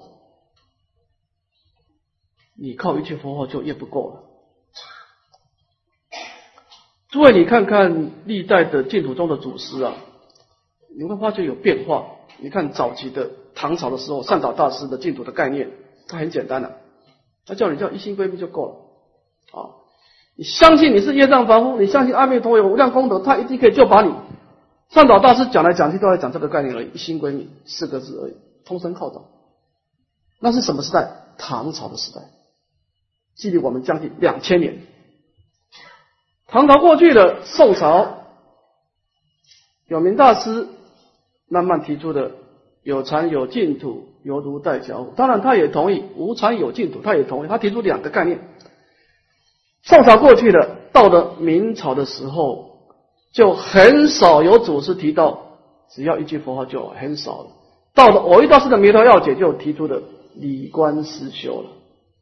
你靠一切佛法就越不够了。 诸位，你看看历代的净土宗的祖师啊，你会发觉有变化。你看早期的唐朝的时候，善导大师的净土的概念，它很简单的，他叫你叫一心归命就够了啊。你相信你是业障凡夫，你相信阿弥陀有无量功德，他一定可以救拔你。善导大师讲来讲去都在讲这个概念而已，一心归命4个字而已，通身靠倒。那是什么时代？唐朝的时代，距离我们将近2000年。唐朝过去了，宋朝有名大师慢慢提出的有禅有净土，犹如待交互。当然他也同意无禅有净土，他也同意，他提出2个概念。宋朝过去了，到了明朝的时候，就很少有祖师提到只要一句佛号就好，很少了。到了蕅益大师的《弥陀要解》就提出的理观实修了。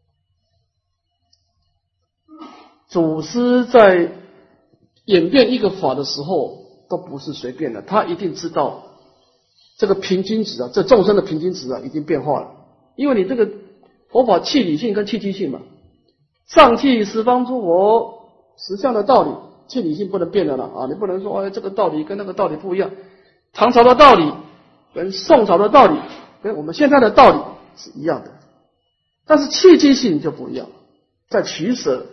祖师在演变一个法的时候都不是随便的，他一定知道这个平均值啊，这众生的平均值啊已经变化了。因为你这个佛法气理性跟气机性嘛，上气十方诸佛实相的道理，气理性不能变的了啊！你不能说这个道理跟那个道理不一样，唐朝的道理跟宋朝的道理跟我们现在的道理是一样的，但是气机性就不一样，在取舍。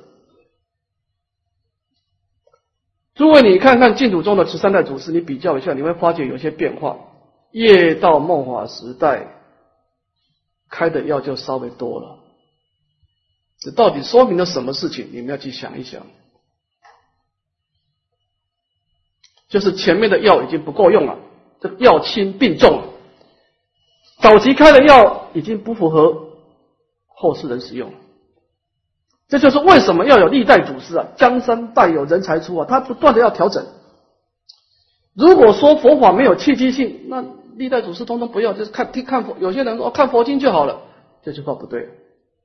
诸位，你看看净土中的13代祖师，你比较一下，你会发觉有些变化。越到末法时代，开的药就稍微多了。这到底说明了什么事情？你们要去想一想。就是前面的药已经不够用了，这个药轻病重了。早期开的药已经不符合后世人使用了。这就是为什么要有历代祖师啊，江山代有人才出啊，他不断的要调整。如果说佛法没有契机性，那历代祖师通通不要，就是看佛。有些人说看佛经就好了，这句话不对。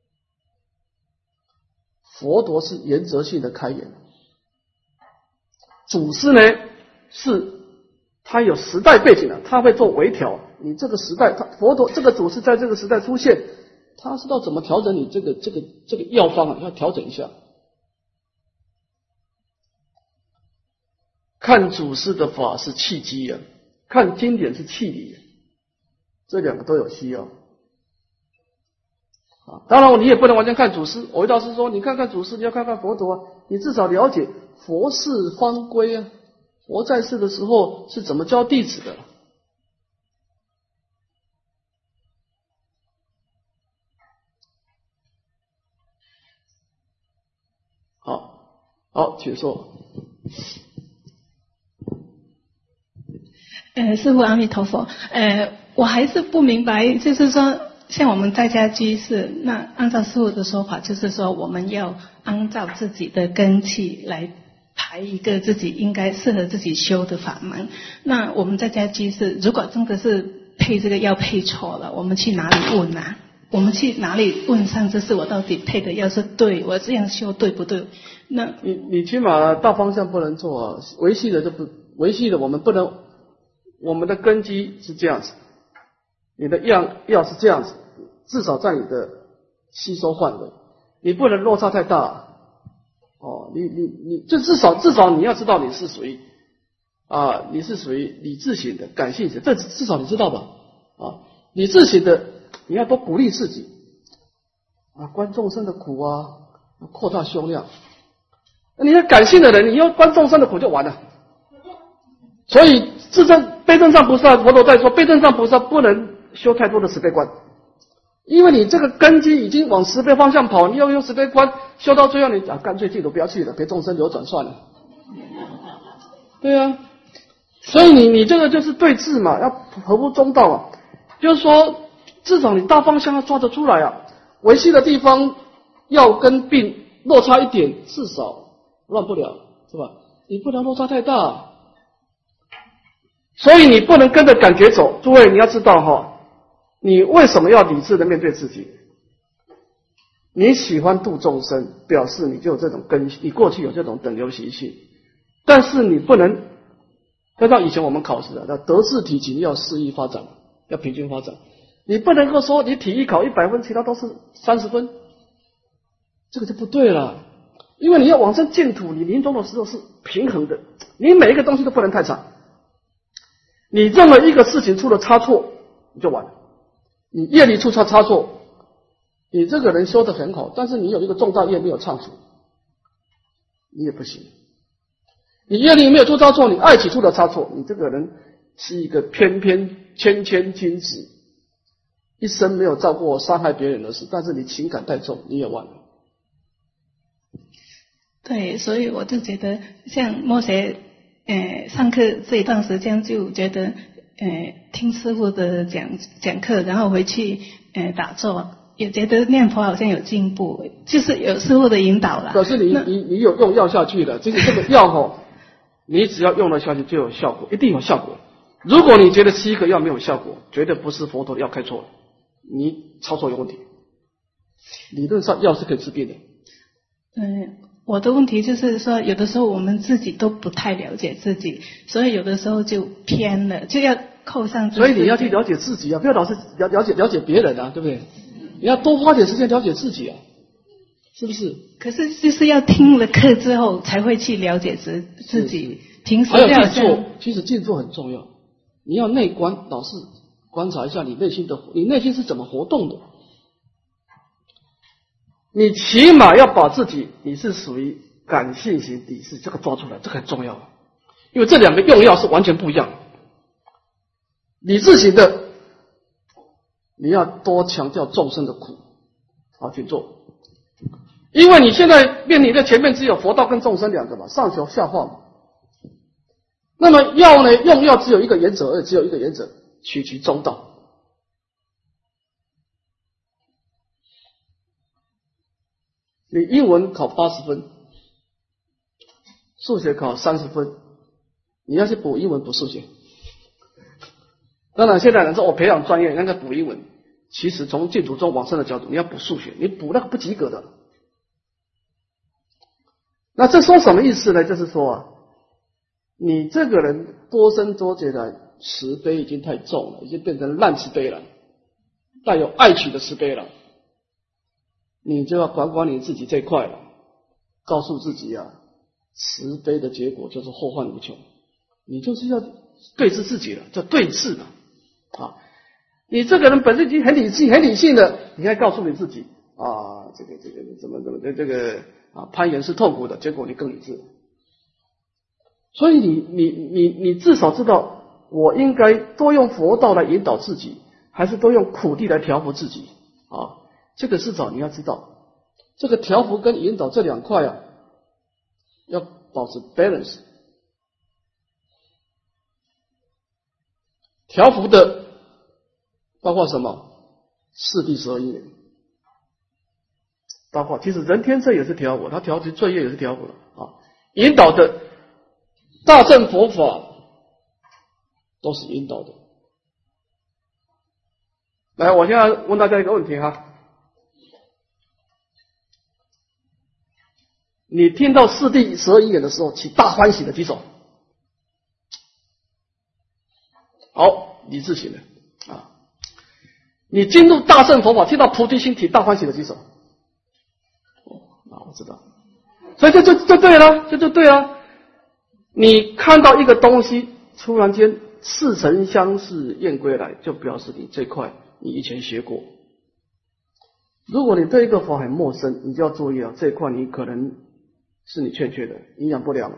佛陀是原则性的开演，祖师呢是他有时代背景的，他会做微调。你这个时代，佛陀这个祖师在这个时代出现，他知道怎么调整你这个药方啊，要调整一下。看祖师的法是契机啊，看经典是气理，这2个都有需要啊。当然你也不能完全看祖师，蕅益大师说你看看祖师，你要看看佛陀啊，你至少了解佛事方规啊，佛在世的时候是怎么教弟子的。好，请说。 师父阿弥陀佛。我还是不明白，就是说，像我们在家居士，那按照师父的说法，就是说我们要按照自己的根器来排一个自己应该适合自己修的法门。那我们在家居士，如果真的是配这个药配错了，我们去哪里问啊？我们去哪里问上这是我到底配的药是对，我这样修对不对？那你起码大方向不能做啊，维系的我们不能，我们的根基是这样子，你的药是这样子，至少在你的吸收范围，你不能落差太大哦。你就至少你要知道你是属于你是属于理智型的、感性型，这至少你知道吧？理智型的你要多鼓励自己观众生的苦啊，扩大胸量。你是感性的人，你要观众生的苦就完了。所以悲正上菩萨，佛陀在说，悲正上菩萨不能修太多的10倍观，因为你这个根基已经往10倍方向跑，你要用10倍观修到最后，你干脆净土不要去了，别众生流转算了。对啊，所以你这个就是对治嘛，要合乎中道啊。就是说，至少你大方向要抓得出来啊，维系的地方要跟病落差一点，至少乱不了，是吧？你不能落差太大。所以你不能跟着感觉走。诸位你要知道你为什么要理智的面对自己？你喜欢度众生，表示你就有这种根，你过去有这种等流习性。但是你不能按照以前我们考试的德智体情要适宜发展，要平均发展。你不能够说你体育考100分，其他都是30分，这个就不对了。 因为你要往生净土，你临终的时候是平衡的，你每一个东西都不能太差。你任何一个事情出了差错，你就完了。你业力出差错，你这个人修得很好，但是你有一个重大业没有忏悔，你也不行。你业力没有出差错，你爱起出了差错，你这个人是一个翩翩君子，一生没有做过伤害别人的事，但是你情感太重，你也忘了。 对，所以我就觉得像莫学上课这一段时间就觉得听师父的讲课，然后回去打坐，也觉得念佛好像有进步，就是有师父的引导啦。 可是你有用药下去了，就是这个药你只要用了下去就有效果，一定有效果。如果你觉得吃一个药没有效果，绝对不是佛陀的药开错了，你操作有问题。理论上药是可以治病的。 我的问题就是说，有的时候我们自己都不太了解自己，所以有的时候就偏了，就要扣上。 所以你要去了解自己啊，不要老是了解别人啊，对不对？你要多花点时间了解自己啊，是不是？ 可是就是要听了课之后才会去了解自己。平时还有静坐，其实静坐很重要。你要内观，老是观察一下你内心是怎么活动的。你起码要把自己你是属于感性型理智这个抓出来，这个很重要。因为这两个用药是完全不一样。理智型的你要多强调众生的苦，好去做。因为你现在面临的前面只有佛道跟众生两个嘛，上求下化嘛。那么药呢，用药只有一个原则，取其中道。你英文考80分，数学考30分，你要去补英文补数学。当然现在人说我培养专业，那个补英文，其实从净土中往生的角度，你要补数学，你补那个不及格的。那这说什么意思呢？就是说啊，你这个人多生多劫的慈悲已经太重了，已经变成烂慈悲了，带有爱取的慈悲了。你就要管管你自己这块了，告诉自己啊，慈悲的结果就是后患无穷。你就是要对治自己了，叫对治了啊！你这个人本身已经很理性的，你还告诉你自己啊，这个怎么这个啊，攀岩是痛苦的，结果你更理智。所以你至少知道，我应该多用佛道来引导自己，还是多用苦地来调伏自己啊？这个至少你要知道，这个调伏跟引导这两块啊，要保持 balance。调伏的包括什么？四谛12因缘，包括其实人天生也是调伏，他调伏罪业也是调伏的啊。引导的大乘佛法都是引导的。来，我现在问大家一个问题哈。你听到四谛12因缘的时候，起大欢喜的举手。好，理智型的啊。你进入大乘佛法，听到菩提心起大欢喜的举手。我知道。所以这对了，这就对了。你看到一个东西，突然间似曾相识燕归来，就表示你这块你以前学过。如果你对一个法很陌生，你就要注意了，这一块你可能是你欠缺的，营养不良。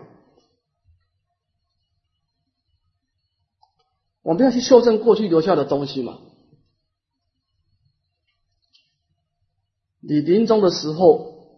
我们要去修正过去留下的东西嘛。你临终的时候，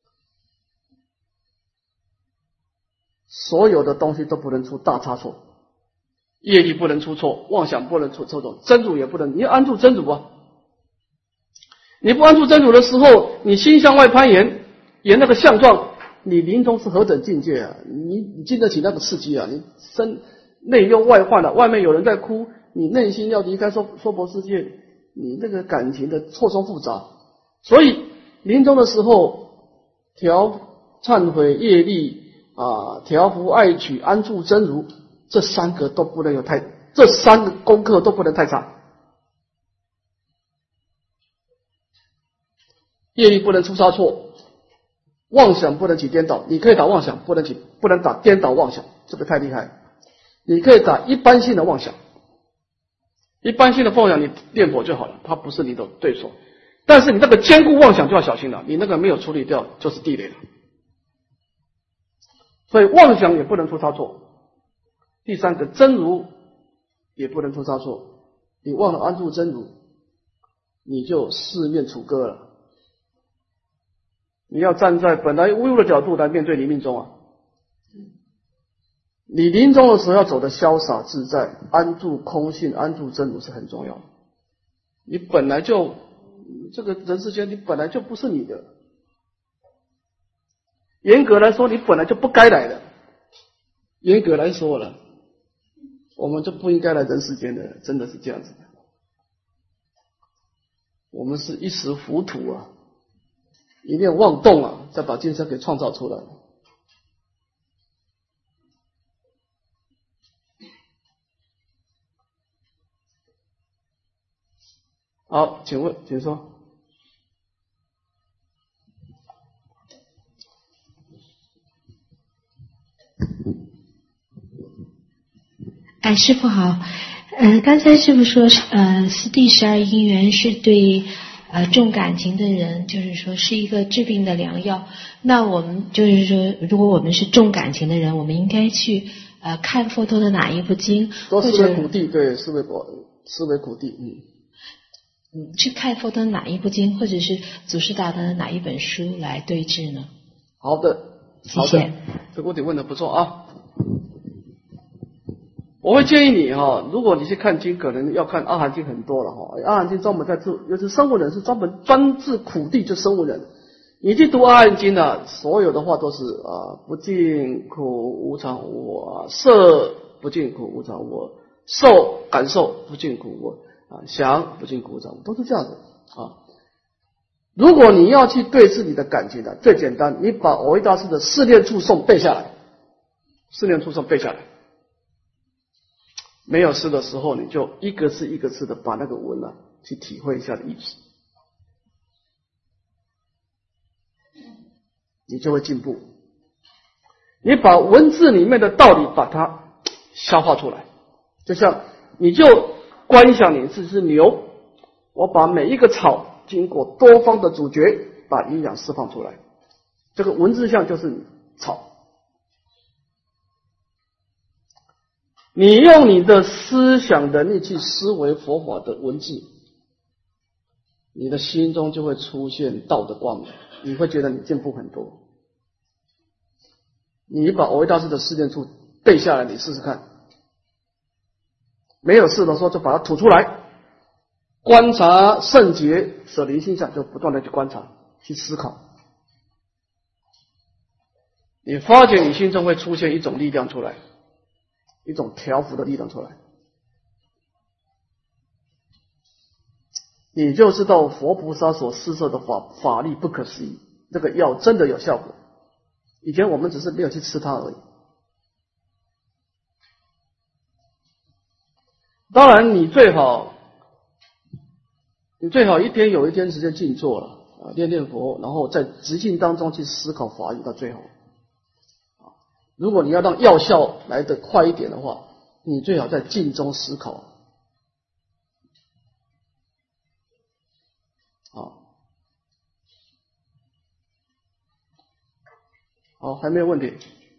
所有的东西都不能出大差错，业力不能出错，妄想不能出错，真如也不能，你要安住真如啊。你不安住真如的时候，你心向外攀岩那个相状，你临终是何等境界啊？你经得起那个刺激啊？你身内忧外患了，外面有人在哭，你内心要离开娑婆世界，你那个感情的错综复杂。所以临终的时候，忏悔业力啊，调伏爱取，安住真如，这三个都不能有这三个功课都不能太差。业力不能出差错， 妄想不能起颠倒，你可以打妄想，不能打颠倒妄想，这个太厉害。你可以打一般性的妄想，一般性的妄想你念佛就好了，它不是你的对手。但是你那个坚固妄想就要小心了，你那个没有处理掉就是地雷了。所以妄想也不能出差错。第三个真如也不能出差错，你忘了安住真如，你就四面楚歌了。你要站在本来无忧的角度来面对你命中啊。你临终的时候要走得潇洒自在，安住空性，安住真如是很重要的。你本来就这个人世间，你本来就不是你的。严格来说，你本来就不该来的。严格来说了，我们就不应该来人世间的，真的是这样子的。我们是一时糊涂啊，一念妄动啊，再把今生给创造出来。好，请问，请说。 师父好。刚才师父说，第12因缘是对重感情的人，就是说是一个治病的良药。那我们就是说，如果我们是重感情的人，我们应该去看佛陀的哪一部经？ 多思维苦地，对，思维苦地， 去看佛陀的哪一部经，或者是祖师大德的哪一本书来对治呢？ 好的， 谢谢。 这个问题问得不错啊。我会建议你如果你去看经，可能要看阿含经很多了阿含经专门在治，尤其声闻人是专治苦地，就声闻人。你去读阿含经所有的话都是不净苦无常无我，色不净苦无常无我，受感受不净苦无我想不净苦无常无我，都是这样子如果你要去对治你的感情最简单，你把藕益大师的四念处颂背下来，四念处颂背下来。没有事的时候，你就一个字一个字的把那个文去体会一下的意思，你就会进步。你把文字里面的道理把它消化出来，就像你就观想你自己是牛，我把每一个草经过多方的咀嚼，把营养释放出来，这个文字像就是草。你用你的思想能力去思维佛法的文字，你的心中就会出现道的光明，你会觉得你进步很多。你把藕益大师的四念处背下来，你试试看。没有事的时候就把它吐出来，观察圣洁，舍离心想，就不断的去观察，去思考。你发觉你心中会出现一种力量出来，一种调伏的力量出来，你就知道佛菩萨所施设的法力不可思议，这个药真的有效果。以前我们只是没有去吃它而已。当然你最好一天有一天时间静坐了练练佛，然后在直境当中去思考法义，到最好。如果你要让药效来得快一点的话，你最好在静中思考。好，还没有问题。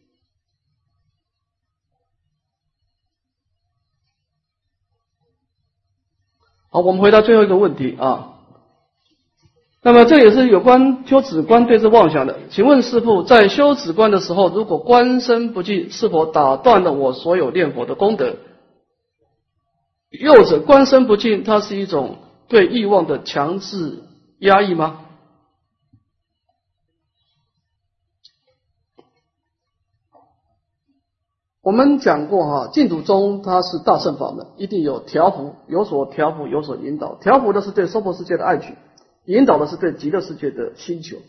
好，我们回答最后一个问题那么这也是有关修止观对治妄想的。请问师父，在修止观的时候，如果观身不净，是否打断了我所有念佛的功德？又者，观身不净，它是一种对欲望的强制压抑吗？我们讲过净土宗它是大乘法门，一定有调伏，有所调伏，有所引导。调伏的是对娑婆世界的爱取，引导的是对极乐世界的需求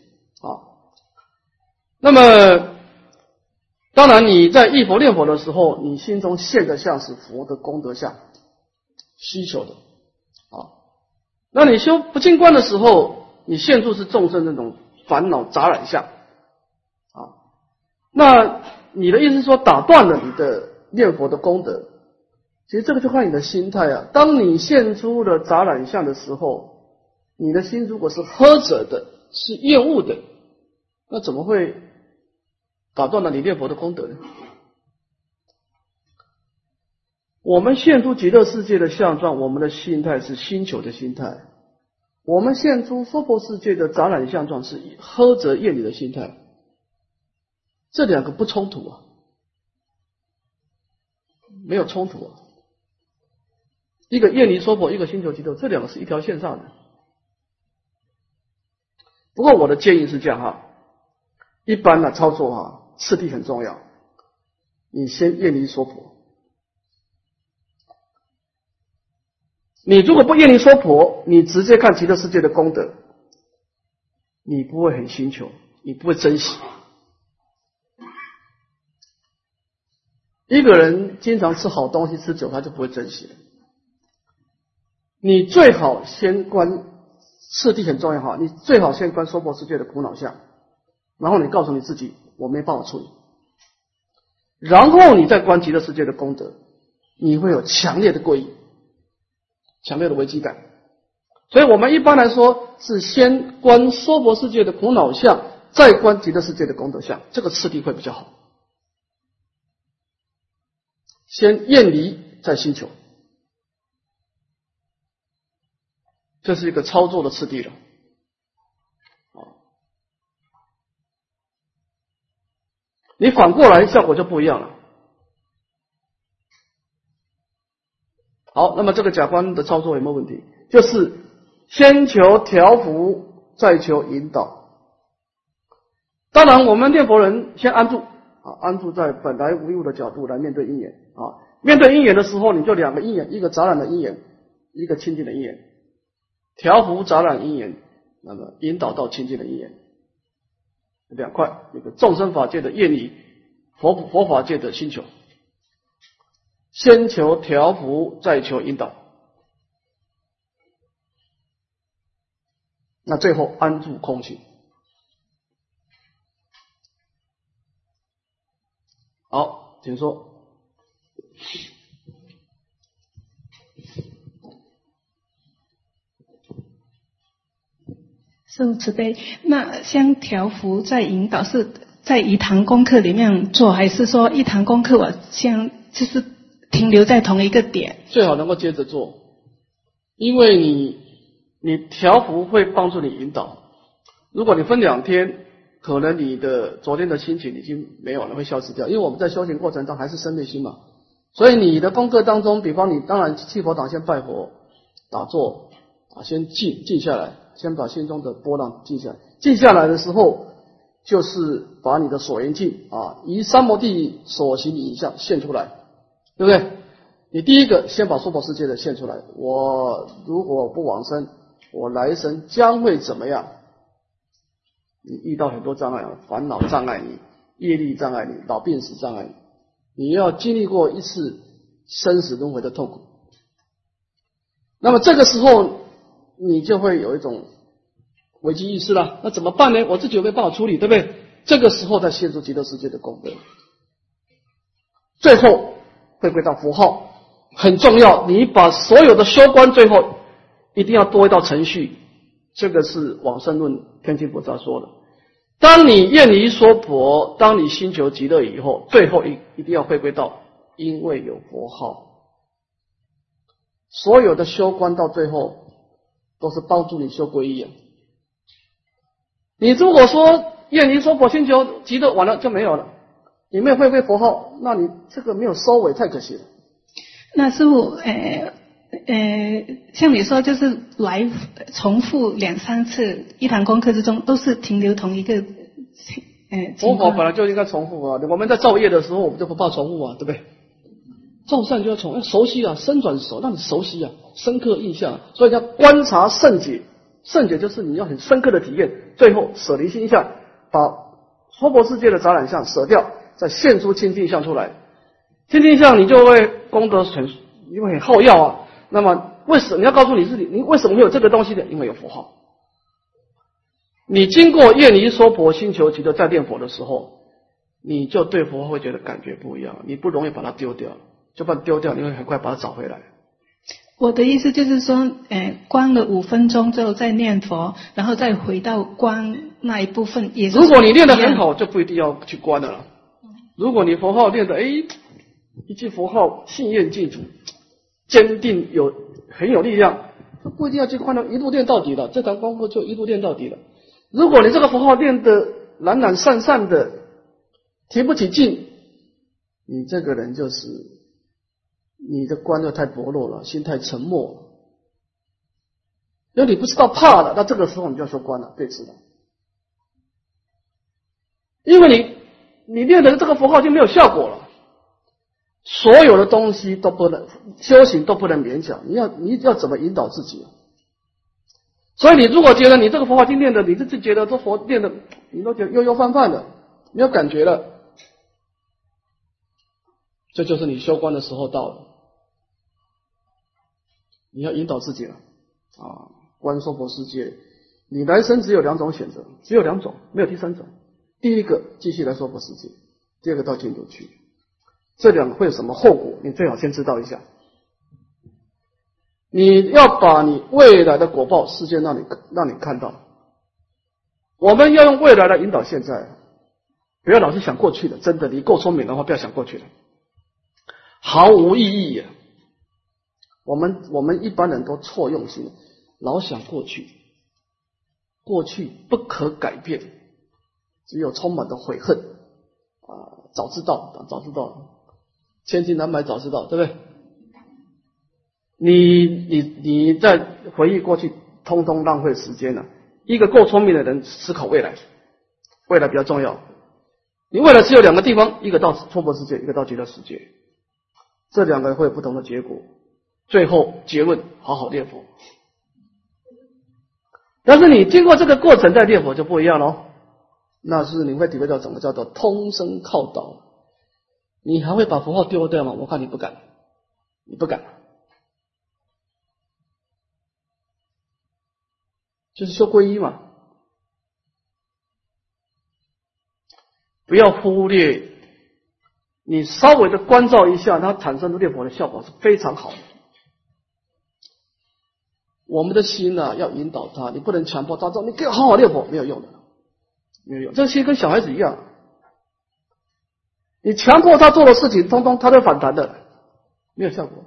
那么当然你在忆佛念佛的时候，你心中现的像是佛的功德像，需求的那你修不净观的时候，你现出是众生那种烦恼杂染相那你的意思是说打断了你的念佛的功德？其实这个就看你的心态啊。当你现出了杂染相的时候，你的心如果是呵责的，是厌恶的，那怎么会打断了你念佛的功德呢？我们现出极乐世界的相状，我们的心态是心求的心态；我们现出娑婆世界的杂染相状，是呵责厌离的心态。这两个不冲突啊，没有冲突啊。一个厌离娑婆，一个心求极乐，这两个是一条线上的。不过我的建议是这样哈，一般的操作哈，次第很重要。你先厌离娑婆，你如果不厌离娑婆，你直接看极乐世界的功德，你不会很心求，你不会珍惜。一个人经常吃好东西吃久，他就不会珍惜了。你最好先观，次第很重要哈，你最好先观娑婆世界的苦恼相，然后你告诉你自己我没办法处理，然后你再观极乐世界的功德，你会有强烈的皈依，强烈的危机感。所以我们一般来说是先观娑婆世界的苦恼相，再观极乐世界的功德相，这个次第会比较好。先厌离再心求，这是一个操作的次第了。你反过来效果就不一样了。好，那么这个假观的操作有没有问题？就是先求调伏，再求引导。当然我们念佛人先安住，安住在本来无有的角度来面对因缘啊。面对因缘的时候，你就两个因缘，一个杂染的因缘，一个清净的因缘。调伏杂染因缘，那么引导到清净的因缘，两块，一个众生法界的厌离，佛法界的心求。先求调伏，再求引导，那最后安住空性。好，请说。 师父慈悲，那像调伏再引导是在一堂功课里面做，还是说一堂功课我像就是停留在同一个点？ 最好能够接着做，因为你调伏会帮助你引导。如果你分两天，可能你的昨天的心情已经没有了，会消失掉。因为我们在修行过程中还是生灭心嘛，所以你的功课当中，比方你当然去佛堂先拜佛打坐先静下来，先把心中的波浪静下来。静下来的时候，就是把你的所缘境以三摩地所行影像现出来，对不对？你第一个先把娑婆世界的现出来，我如果不往生，我来生将会怎么样？你遇到很多障碍，烦恼障碍你，业力障碍你，老病死障碍你，你要经历过一次生死轮回的痛苦。那么这个时候你就会有一种危机意识了，那怎么办呢？我自己有没有办法处理，对不对？这个时候再现出极乐世界的功德，最后回归到佛号很重要。你把所有的修观最后一定要多一道程序，这个是往生论天亲菩萨说的。当你厌离娑婆，当你心求极乐以后，最后一定要回归到因为有佛号。所有的修观到最后都是帮助你修皈依。你如果说厌离娑婆心求极乐完了就没有了，你没有回归佛号，那你这个没有收尾，太可惜了。 那师父像你说就是来重复2、3次一堂功课之中都是停留同一个佛法本来就应该重复啊，我们在造业的时候我们就不怕重复啊，对不对？造善就要熟悉啊，伸转手让你熟悉啊，深刻印象所以要观察圣解，圣解就是你要很深刻的体验，最后舍离心相，把娑婆世界的杂染相舍掉，再现出清净相出来。清净相你就会功德你会很耗药啊。那么为什么你要告诉你自己，你为什么会有这个东西呢？因为有佛号。你经过厌离娑婆心求极乐在念佛的时候， 你就对佛会觉得感觉不一样，你不容易把它丢掉，就把它丢掉，你会很快把它找回来。 我的意思就是说，关了5分钟之后再念佛，然后再回到关那一部分也是。 如果你练得很好，就不一定要去关了。如果你佛号练得一句佛号信愿净土，坚定很有力量，就不一定要去关了，一路练到底了，这堂功夫就一路练到底了。如果你这个佛号练得懒懒散散的，提不起劲，你这个人就是你的观念太薄弱了，心太沉默了。因为你不知道怕了，那这个时候你就要修观了，对治了。因为你练的这个佛号就没有效果了，所有的东西都不能修行，都不能勉强，你要怎么引导自己？所以你如果觉得你这个佛号经练的，你自己觉得这佛练的你都觉得悠悠泛泛的，没有感觉了，这就是你修观的时候到了。你要引导自己了啊！观娑婆世界，你来生只有2种选择，只有2种，没有第3种。第一个继续来娑婆世界，第二个到净土去。这2个会有什么后果？你最好先知道一下。你要把你未来的果报事件让你看到。我们要用未来来引导现在，不要老是想过去的。真的，你够聪明的话，不要想过去的，毫无意义呀。我们一般人都错用心，老想过去，过去不可改变，只有充满的悔恨啊！早知道，千金难买早知道，对不对？你在回忆过去，通通浪费时间了。一个够聪明的人思考未来，未来比较重要。你未来只有2个地方，一个到娑婆世界，一个到极乐世界，这2个会有不同的结果。最后结论，好好念佛。但是你经过这个过程再念佛就不一样咯，那是你会体会到什么叫做通身靠倒。你还会把佛号丢掉吗？我看你不敢，你不敢。就是修皈依嘛，不要忽略，你稍微的关照一下，它产生的念佛的效果是非常好的。我们的心呢，要引导他，你不能强迫他说你给我好好念佛，没有用的，没有用。这心跟小孩子一样，你强迫他做的事情，通通他都反弹的，没有效果。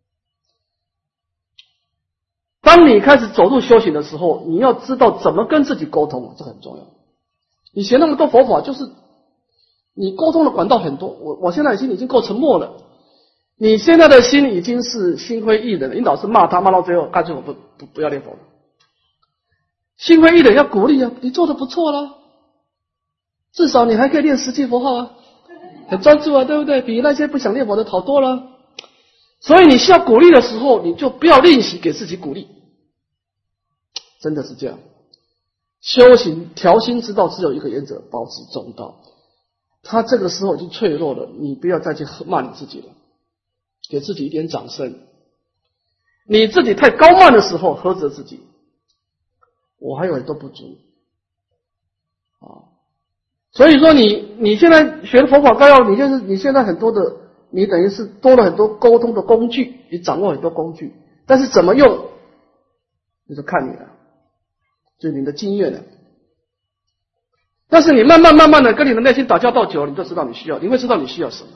当你开始走入修行的时候，你要知道怎么跟自己沟通，这很重要。你学那么多佛法，就是你沟通的管道很多。我现在心已经够沉默了，你现在的心已经是心灰意冷了。引导是骂他，骂到最后，干脆我不要念佛了。心灰意冷要鼓励啊，你做的不错了，至少你还可以念10句佛号啊，很专注啊，对不对？比那些不想念佛的好多了。所以你需要鼓励的时候，你就不要吝惜给自己鼓励，真的是这样。修行调心之道只有一个原则，保持中道。他这个时候已经脆弱了，你不要再去骂你自己了，给自己一点掌声。你自己太高慢的时候，呵责自己，我还有很多不足啊。所以说你现在学佛法纲要，你现在很多的。你等于是多了很多沟通的工具，你掌握很多工具，但是怎么用，就是看你了，就是你的经验了。但是你慢慢的跟你的内心打交道久了，你就知道你会知道你需要什么，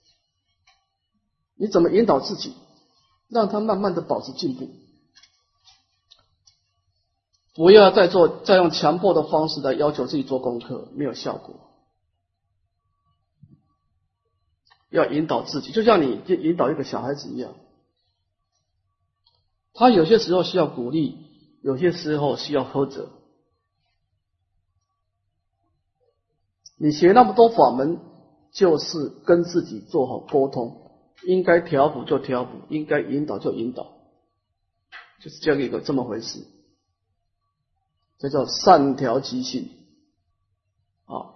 你怎么引导自己，让他慢慢的保持进步，不要再用强迫的方式来要求自己做功课，没有效果。要引导自己，就像你引导一个小孩子一样，他有些时候需要鼓励，有些时候需要呵责。你学那么多法门，就是跟自己做好沟通，应该调伏就调伏，应该引导就引导，就是这样一个这么回事。这叫善调即性啊。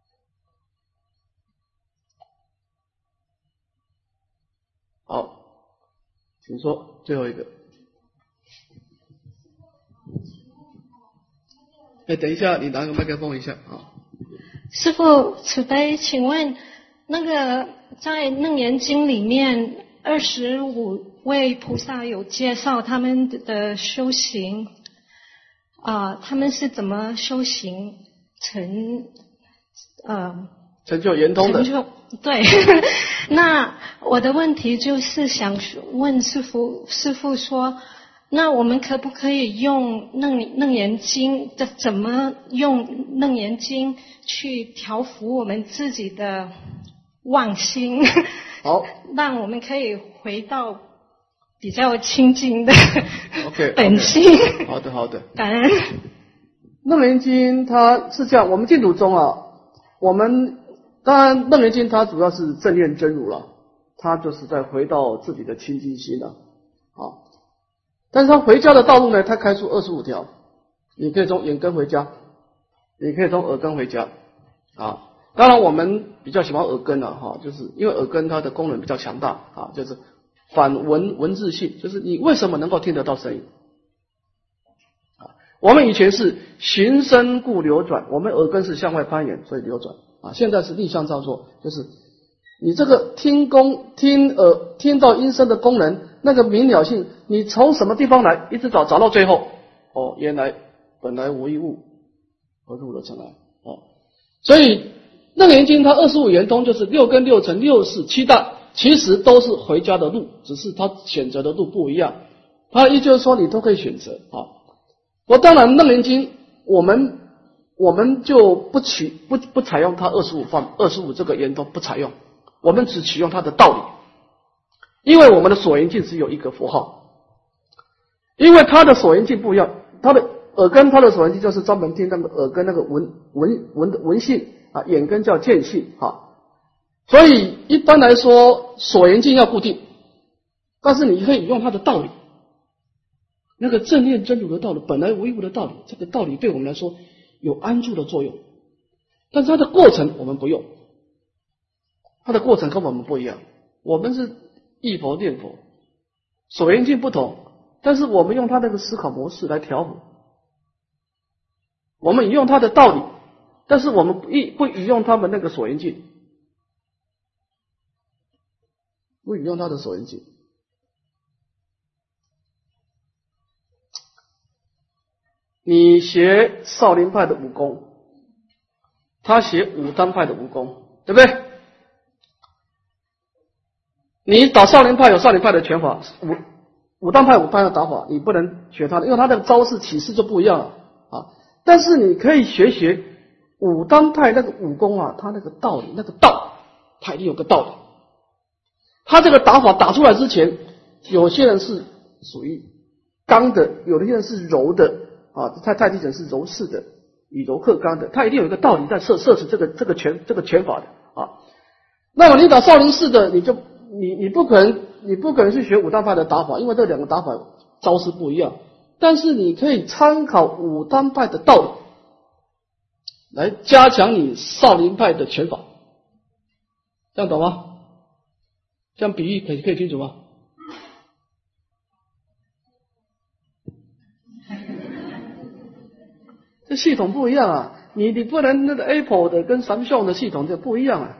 好，请说最后一个。等一下，你拿个麦克风一下啊。 师父慈悲，请问那个在《楞严经》里面25位菩萨有介绍他们的修行他们是怎么修行成就圆通的。 对。那我的问题就是想问师父说，那我们可不可以用楞严经怎么用楞严经去调伏我们自己的妄心？ 好， 让我们可以回到比较清净的 OK 本性。 好的好的， 感恩。 楞严经它是这样，我们净土中我们当然楞严经它主要是正念真如了，它就是在回到自己的清净心了但是他回家的道路呢，他开出25条，你可以从眼根回家，你可以从耳根回家当然我们比较喜欢耳根就是因为耳根它的功能比较强大就是反文字性，就是你为什么能够听得到声音我们以前是形声故流转，我们耳根是向外攀岩，所以流转现在是逆向造作，就是你这个听到音声的功能，那个明了性，你从什么地方来，一直找到最后原来本来无一物，而入了尘埃所以楞严经它25圆通就是6根6尘6识7大，其实都是回家的路，只是它选择的路不一样。它意思就是说你都可以选择我当然楞严经我们就不采用它25这个圆通，不采用，我们只取用它的道理。因为我们的所缘境只有一个符号，因为它的所缘境不一样，它的耳根它的所缘境就是专门听那个耳根那个闻性眼根叫见性所以一般来说所缘境要固定，但是你可以用它的道理，那个正念真如的道理，本来无一物的道理，这个道理对我们来说有安住的作用，但是它的过程我们不用，它的过程跟我们不一样，我们是忆佛念佛，所缘境不同，但是我们用它那个思考模式来调伏，我们引用它的道理，但是我们不引用他们那个所缘境，不引用他的所缘境。你学少林派的武功，他学武当派的武功，对不对？你打少林派有少林派的拳法，武当派的打法，你不能学他的，因为他的招式起势就不一样了但是你可以学武当派那个武功他那个道理，那个道，他一定有个道理。他这个打法打出来之前，有些人是属于刚的，有的人是柔的太极拳是柔式的，以柔克刚的，他一定有一个道理在摄持这个拳法的那么你打少林寺的，你不可能去学武当派的打法，因为这两个打法招式不一样。但是你可以参考武当派的道理，来加强你少林派的拳法，这样懂吗？这样比喻可以清楚吗？这系统不一样你不能那个 Apple 的跟 Samsung 的系统就不一样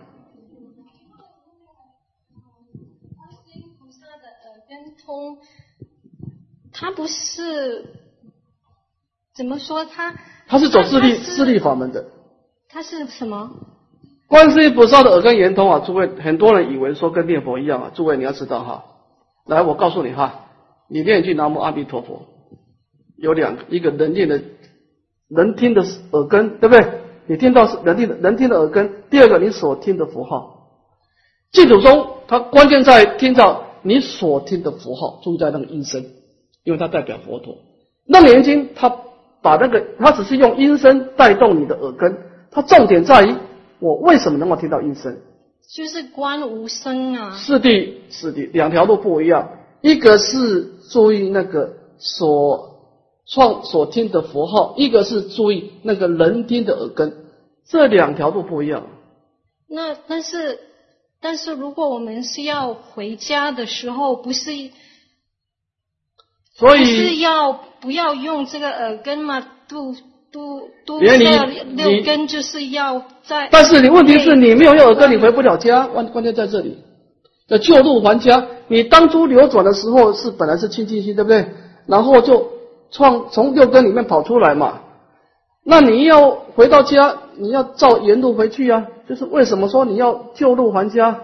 菩萨的耳根通，他不是怎么说他是走自力法门的。 他是什么？ 观世音菩萨的耳根圆通诸位，很多人以为说跟念佛一样诸位你要知道来我告诉你你念一句南无阿弥陀佛，有两个，一个能念的能听的耳根，对不对？你听到是能听的耳根，第二个你所听的符号。净土中它关键在听到你所听的符号，注意在那个音声，因为它代表佛陀。楞严经它只是用音声带动你的耳根，它重点在于我为什么能够听到音声， 就是观无声是的，两条路不一样，一个是注意那个所听的符号，一个是注意那个能听的耳根，这两条路不一样。 那但是如果我们是要回家的时候，所以不要用这个耳根嘛， 这六根就是要在。 但是你问题是你没有耳根，你回不了家，关键在这里。要救路还家，你当初流转的时候是本来是清净心，对不对？然后就从六根里面跑出来嘛。那你要回到家，你要照原路回去啊。就是为什么说你要救路还家？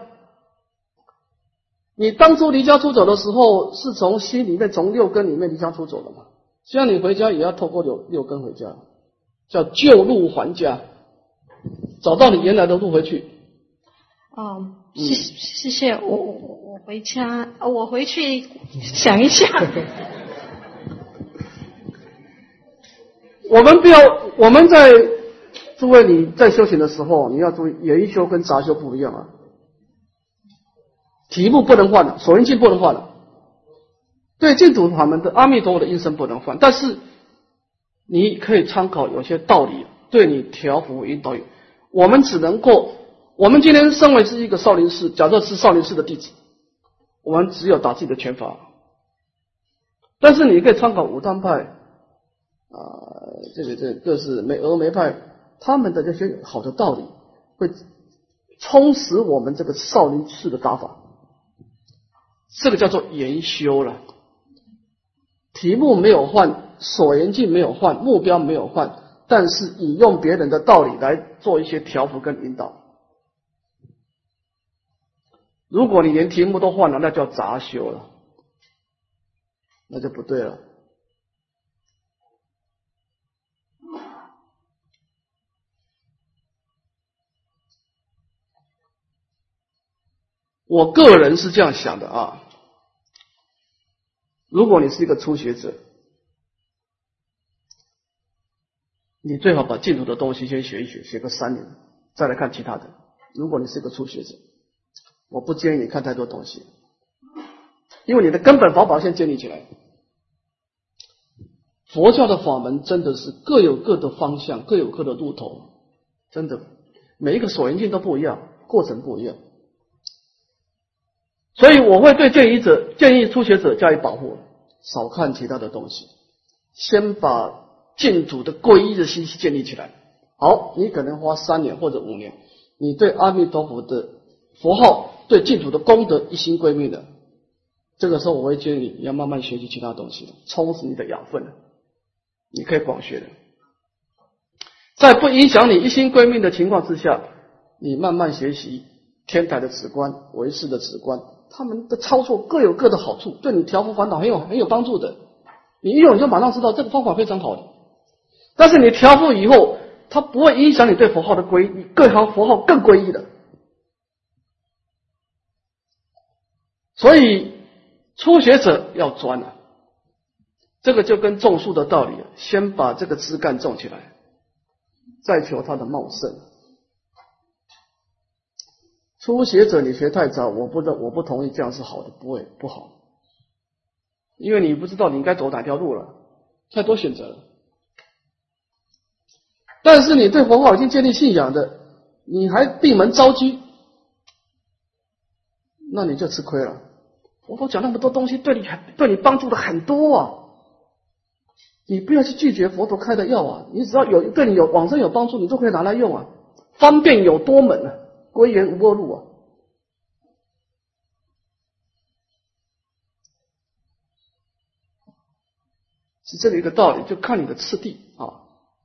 你当初离家出走的时候，是从心里面从六根里面离家出走的嘛。现在你回家也要透过六根回家，叫救路还家，找到你原来的路回去。 哦，谢谢，我回家，我回去想一下。 我们在诸位你在修行的时候，你要注意研修跟杂修不一样啊。题目不能换了，所缘境不能换了。对净土法门的阿弥陀佛的音声不能换，但是你可以参考有些道理对你调伏引导有。我们只能够，我们今天身为是一个少林寺，假设是少林寺的弟子，我们只有打自己的拳法。但是你可以参考武当派这是峨眉派他们的这些好的道理，会充实我们这个少林寺的打法。这个叫做研修了。题目没有换，所缘境没有换，目标没有换，但是引用别人的道理来做一些调伏跟引导。如果你连题目都换了，那叫杂修了，那就不对了。我个人是这样想的啊，如果你是一个初学者，你最好把净土的东西先学一学，学个3年，再来看其他的。如果你是一个初学者，我不建议你看太多东西，因为你的根本法宝先建立起来。佛教的法门真的是各有各的方向，各有各的路头，真的每一个所缘境都不一样，过程不一样。所以我会对建议初学者加以保护，少看其他的东西，先把净土的皈依的心建立起来。好，你可能花3年或者5年，你对阿弥陀佛的佛号、对净土的功德一心归命的，这个时候我会建议你要慢慢学习其他东西，充实你的养分，你可以广学的。在不影响你一心归命的情况之下，你慢慢学习天台的止观、唯识的止观，他们的操作各有各的好处，对你调伏烦恼很有帮助的。你一用你就马上知道这个方法非常好的。但是你调伏以后，它不会影响你对佛号的皈依，各行佛号更皈依的。所以初学者要专啊，这个就跟种树的道理，先把这个枝干种起来，再求它的茂盛。初学者你学太早，我不同意这样是好的，不好，因为你不知道你应该走哪条路了，太多选择了。但是你对佛号已经建立信仰的，你还闭门遭拘，那你就吃亏了。佛陀讲那么多东西，对你帮助的很多啊，你不要去拒绝佛陀开的药啊，你只要对你往生有帮助，你都可以拿来用啊，方便有多门啊，归元无二路啊。是这么一个道理，就看你的次第啊。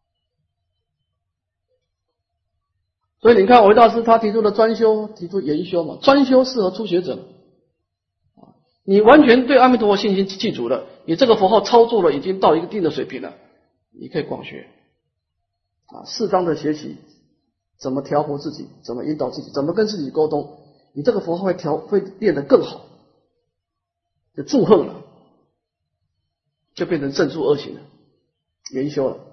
所以你看，维大师他提出的专修，提出研修嘛，专修适合初学者。你完全对阿弥陀佛信心记住了，你这个佛号操作了，已经到一定的水平了，你可以广学啊，适当的学习怎么调伏自己，怎么引导自己，怎么跟自己沟通，你这个佛号会变得更好，就祝贺了，就变成正住二行了，研修了。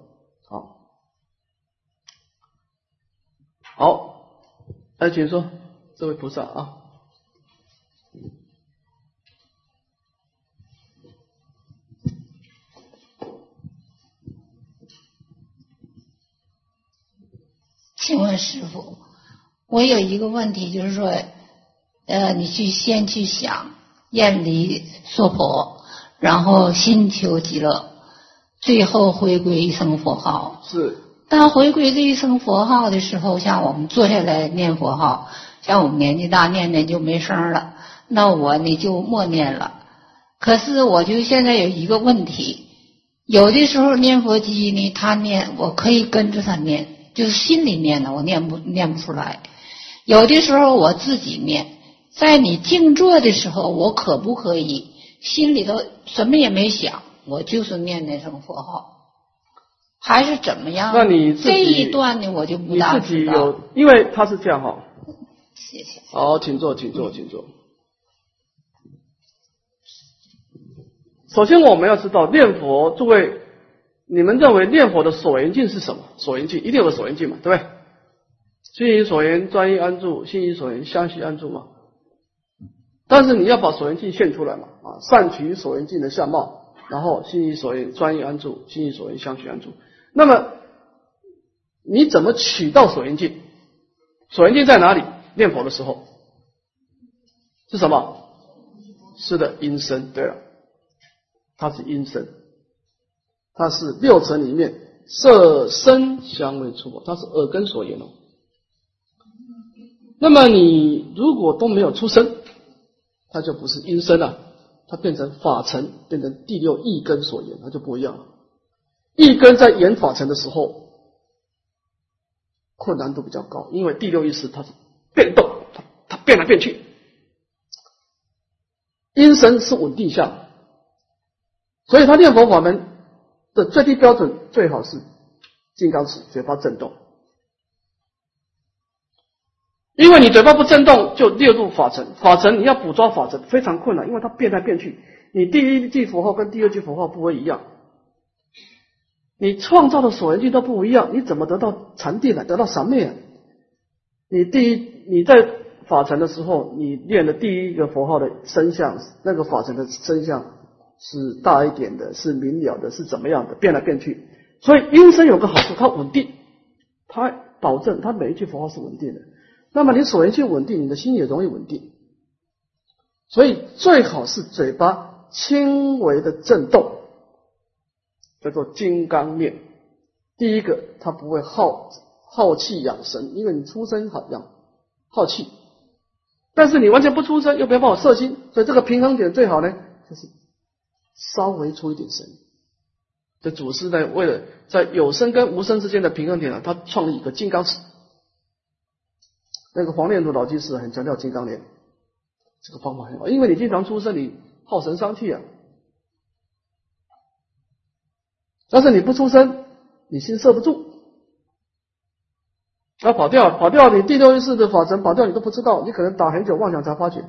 好，来请说，这位菩萨啊。 请问师父，我有一个问题，就是说，你先去想厌离娑婆，然后心求极乐， 最后回归一声佛号。 是。 当回归这一声佛号的时候，像我们坐下来念佛号，像我们年纪大念就没声了，那我呢就默念了。可是我就现在有一个问题，有的时候念佛机呢，他念我可以跟着他念，就是心里念的，我念不出来。有的时候我自己念，在你静坐的时候，我可不可以心里头什么也没想，我就是念那声佛号，还是怎么样？ 那你自己这一段呢，我就不大知道。 你自己有，因为他是这样哈。 谢谢。 好，请坐，请坐，请坐。首先我们要知道念佛，诸位，你们认为念佛的所缘境是什么？所缘境一定有个所缘境嘛，对不对？心以所缘专一安住，心以所缘相续安住嘛。但是你要把所缘境现出来嘛，善取所缘境的相貌，然后心以所缘专一安住，心以所缘相续安住。那么你怎么取到所缘境？所缘境在哪里？念佛的时候是什么？是的，音声。对了，它是音声，它是六尘里面色声香味触摸，它是耳根所言哦。那么你如果都没有出声，它就不是音声了，它变成法尘，变成第六意根所言，它就不一样了。意根在言法尘的时候困难度比较高，因为第六意识它是变动，它变来变去。音声是稳定相，所以他念佛法门的最低标准最好是金刚持，嘴巴震动。因为你嘴巴不震动，就列入法尘。法尘你要捕捉法尘非常困难，因为它变来变去。你第一句佛号跟第二句佛号不会一样，你创造的所缘境都不一样，你怎么得到禅定呢？得到三昧啊？你在法尘的时候，你练的第一个佛号的声相，那个法尘的声相是大一点的，是明了的，是怎么样的，变来变去。所以音声有个好处，它稳定，它保证它每一句佛号是稳定的。那么你所缘境稳定，你的心也容易稳定。所以最好是嘴巴轻微的震动，叫做金刚念。第一个，它不会耗气养神，因为你出声耗气，但是你完全不出声，又没办法摄心，所以这个平衡点最好呢，就是稍微出一点声。这祖师呢，为了在有声跟无声之间的平衡点他创立一个金刚持。那个黄念祖老居士很强调金刚念，这个方法很好，因为你经常出声，你耗神伤气啊。但是你不出声，你心摄不住，跑掉，你第六意识的法尘跑掉，你都不知道，你可能打很久妄想才发觉。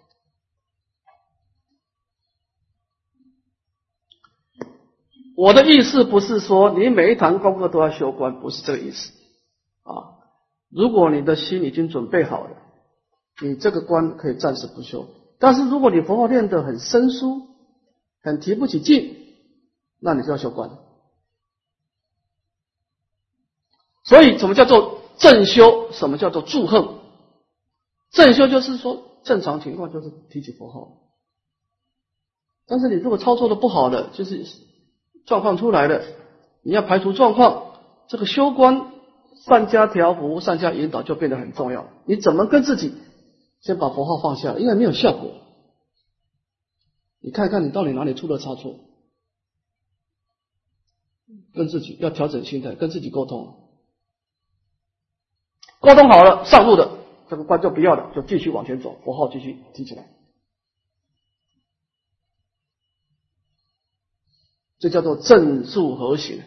我的意思不是说你每一堂功课都要修观，不是这个意思啊。如果你的心已经准备好了，你这个观可以暂时不修。但是如果你佛号练得很生疏，很提不起劲，那你就要修观。所以什么叫做正修？什么叫做助横？正修就是说正常情况就是提起佛号，但是你如果操作的不好的，就是状况出来了，你要排除状况，这个修观善加调伏，善加引导就变得很重要。你怎么跟自己先把佛号放下，因为没有效果。你看看你到底哪里出了差错，跟自己要调整心态，跟自己沟通。沟通好了，上路的这个观就不要了，就继续往前走，佛号继续提起来。这叫做正数合行。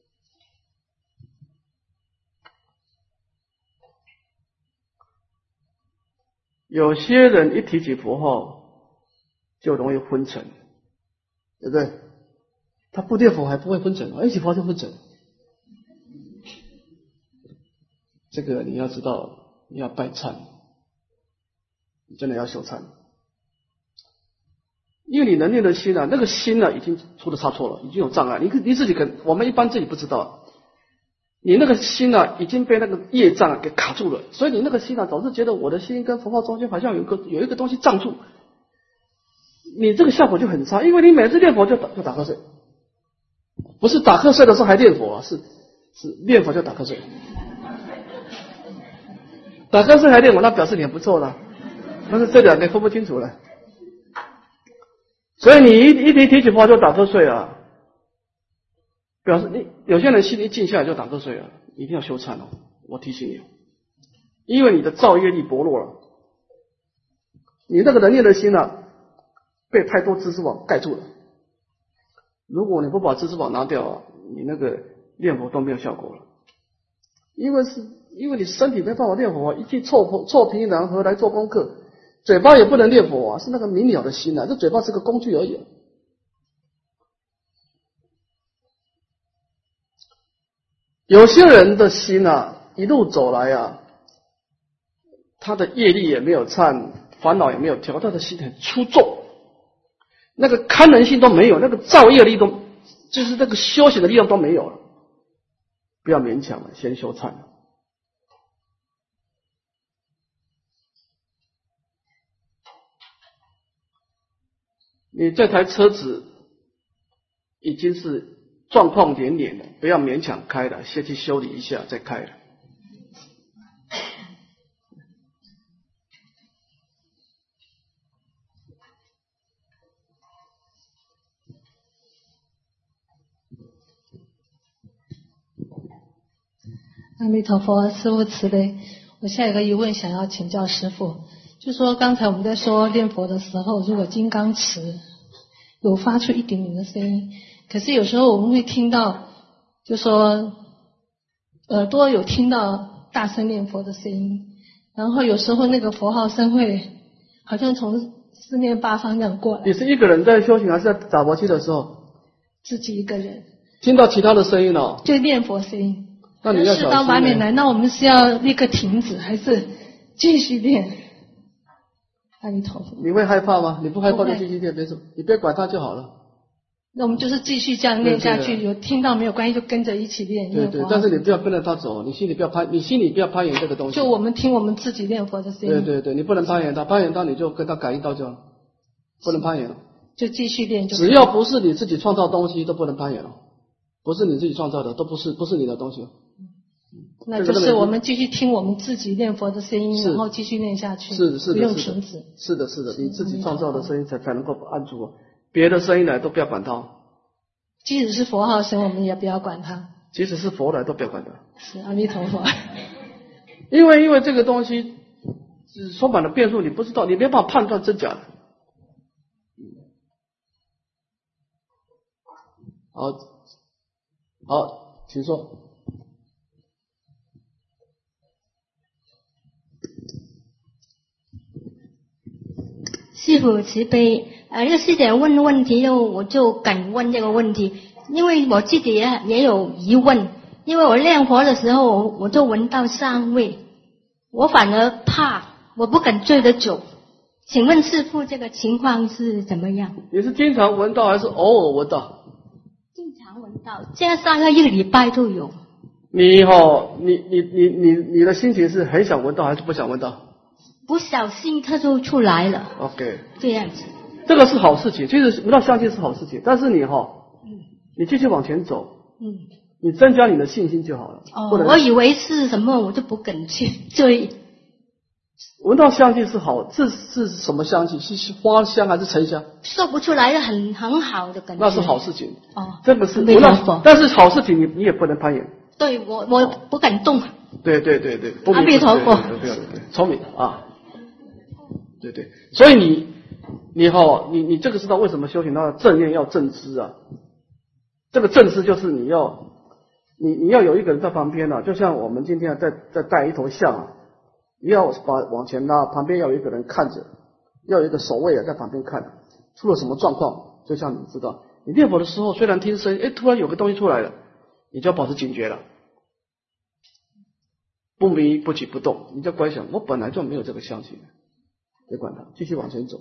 有些人一提起佛号就容易昏沉，对不对？他不念佛还不会昏沉，一起佛就昏沉。这个你要知道，你要拜忏，你真的要修忏，因为你能念的心啊，那个心啊已经出了差错了，已经有障碍。你自己我们一般自己不知道，你那个心啊已经被那个业障啊给卡住了，所以你那个心啊总是觉得我的心跟佛号中间好像有一个东西障住，你这个效果就很差，因为你每次念佛就打瞌睡， 不是打瞌睡的时候还念佛啊，是念佛就打瞌睡。打瞌睡还念佛，那表示你很不错了。但是这两个分不清楚了。所以你一提起佛法就打瞌睡啊，表示你有些人心一静下来就打瞌睡了，一定要修禅哦，我提醒你，因为你的造业力薄弱了，你那个人念的心啊，被太多知识网盖住了。如果你不把知识网拿掉啊，你那个念佛都没有效果了，因为你身体没办法念佛啊，一去臭皮囊河来做功课，嘴巴也不能念佛啊，是那个明了的心啊，这嘴巴是个工具而已啊。有些人的心啊，一路走来啊，他的业力也没有忏，烦恼也没有调，他的心很粗重，那个堪能性都没有，那个造业力都就是那个修行的力量都没有了。不要勉强了，先修忏。你这台车子已经是状况连连了，不要勉强开了，先去修理一下再开了。 阿弥陀佛，师父慈悲。我下一个疑问想要请教师父，就说刚才我们在说念佛的时候，如果金刚持有发出一点点的声音，可是有时候我们会听到，就说耳朵有听到大声念佛的声音，然后有时候那个佛号声会好像从四面八方这样过来。 你是一个人在修行，还是在打佛七的时候？ 自己一个人。 听到其他的声音哦？ 就念佛声音。 那你要小心。 事到晚年来，那我们是要立刻停止，还是继续练？阿弥陀佛。 你会害怕吗？你不害怕就继续练，别说，你别管它就好了。 那我们就是继续这样练下去，有听到没有关系，就跟着一起练。 对对，但是你不要跟着他走，你心里不要攀岩这个东西。 就我们听我们自己念佛的声音。 对对对，你不能攀岩他，攀岩他你就跟他感应到就好了，不能攀岩了。 就继续练就。 只要不是你自己创造东西，都不能攀岩了。不是你自己创造的，都不是你的东西。 那就是我们继续听我们自己念佛的声音，然后继续念下去， 是的， 不用停止。 是的，你自己创造的声音才能够按住，别的声音来都不要管它。 即使是佛号声，我们也不要管它。 即使是佛来都不要管它。 是阿弥陀佛。 因为这个东西充满了变数，你不知道，你没办法判断真假的。好，请说。 师父慈悲，这个师姐问问题我就敢问这个问题，因为我自己也有疑问，因为我念佛的时候我就闻到膻味，我反而怕，我不敢追得走。请问师父这个情况是怎么样？ 你是经常闻到还是偶尔闻到？ 经常闻到，现在大概一个礼拜都有。 你的心情是很想闻到还是不想闻到？ 不小心它就出来了。 OK， 这样子， 这个是好事情，其实闻到香气是好事情，但是你继续往前走，你增加你的信心就好了。 我以为是什么，我就不敢去追。 闻到香气是好，这是什么香气？是花香还是沉香？ 说不出来的，很好的感觉。 那是好事情。 这个是闻到，但是好事情你也不能攀岩。对， 我不敢动。 对， 阿弥陀佛。 对，聪明啊。对，所以你这个知道为什么修行到正念要正知啊？这个正知就是你要有一个人在旁边啊，就像我们今天再带一头象啊，你要往前拉，旁边要有一个人看着，要有一个守卫在旁边看，出了什么状况，就像你知道，你念佛的时候虽然听声，突然有个东西出来了，你就要保持警觉了，不迷不起不动，你就观想，我本来就没有这个相信。别管它，继续往前走。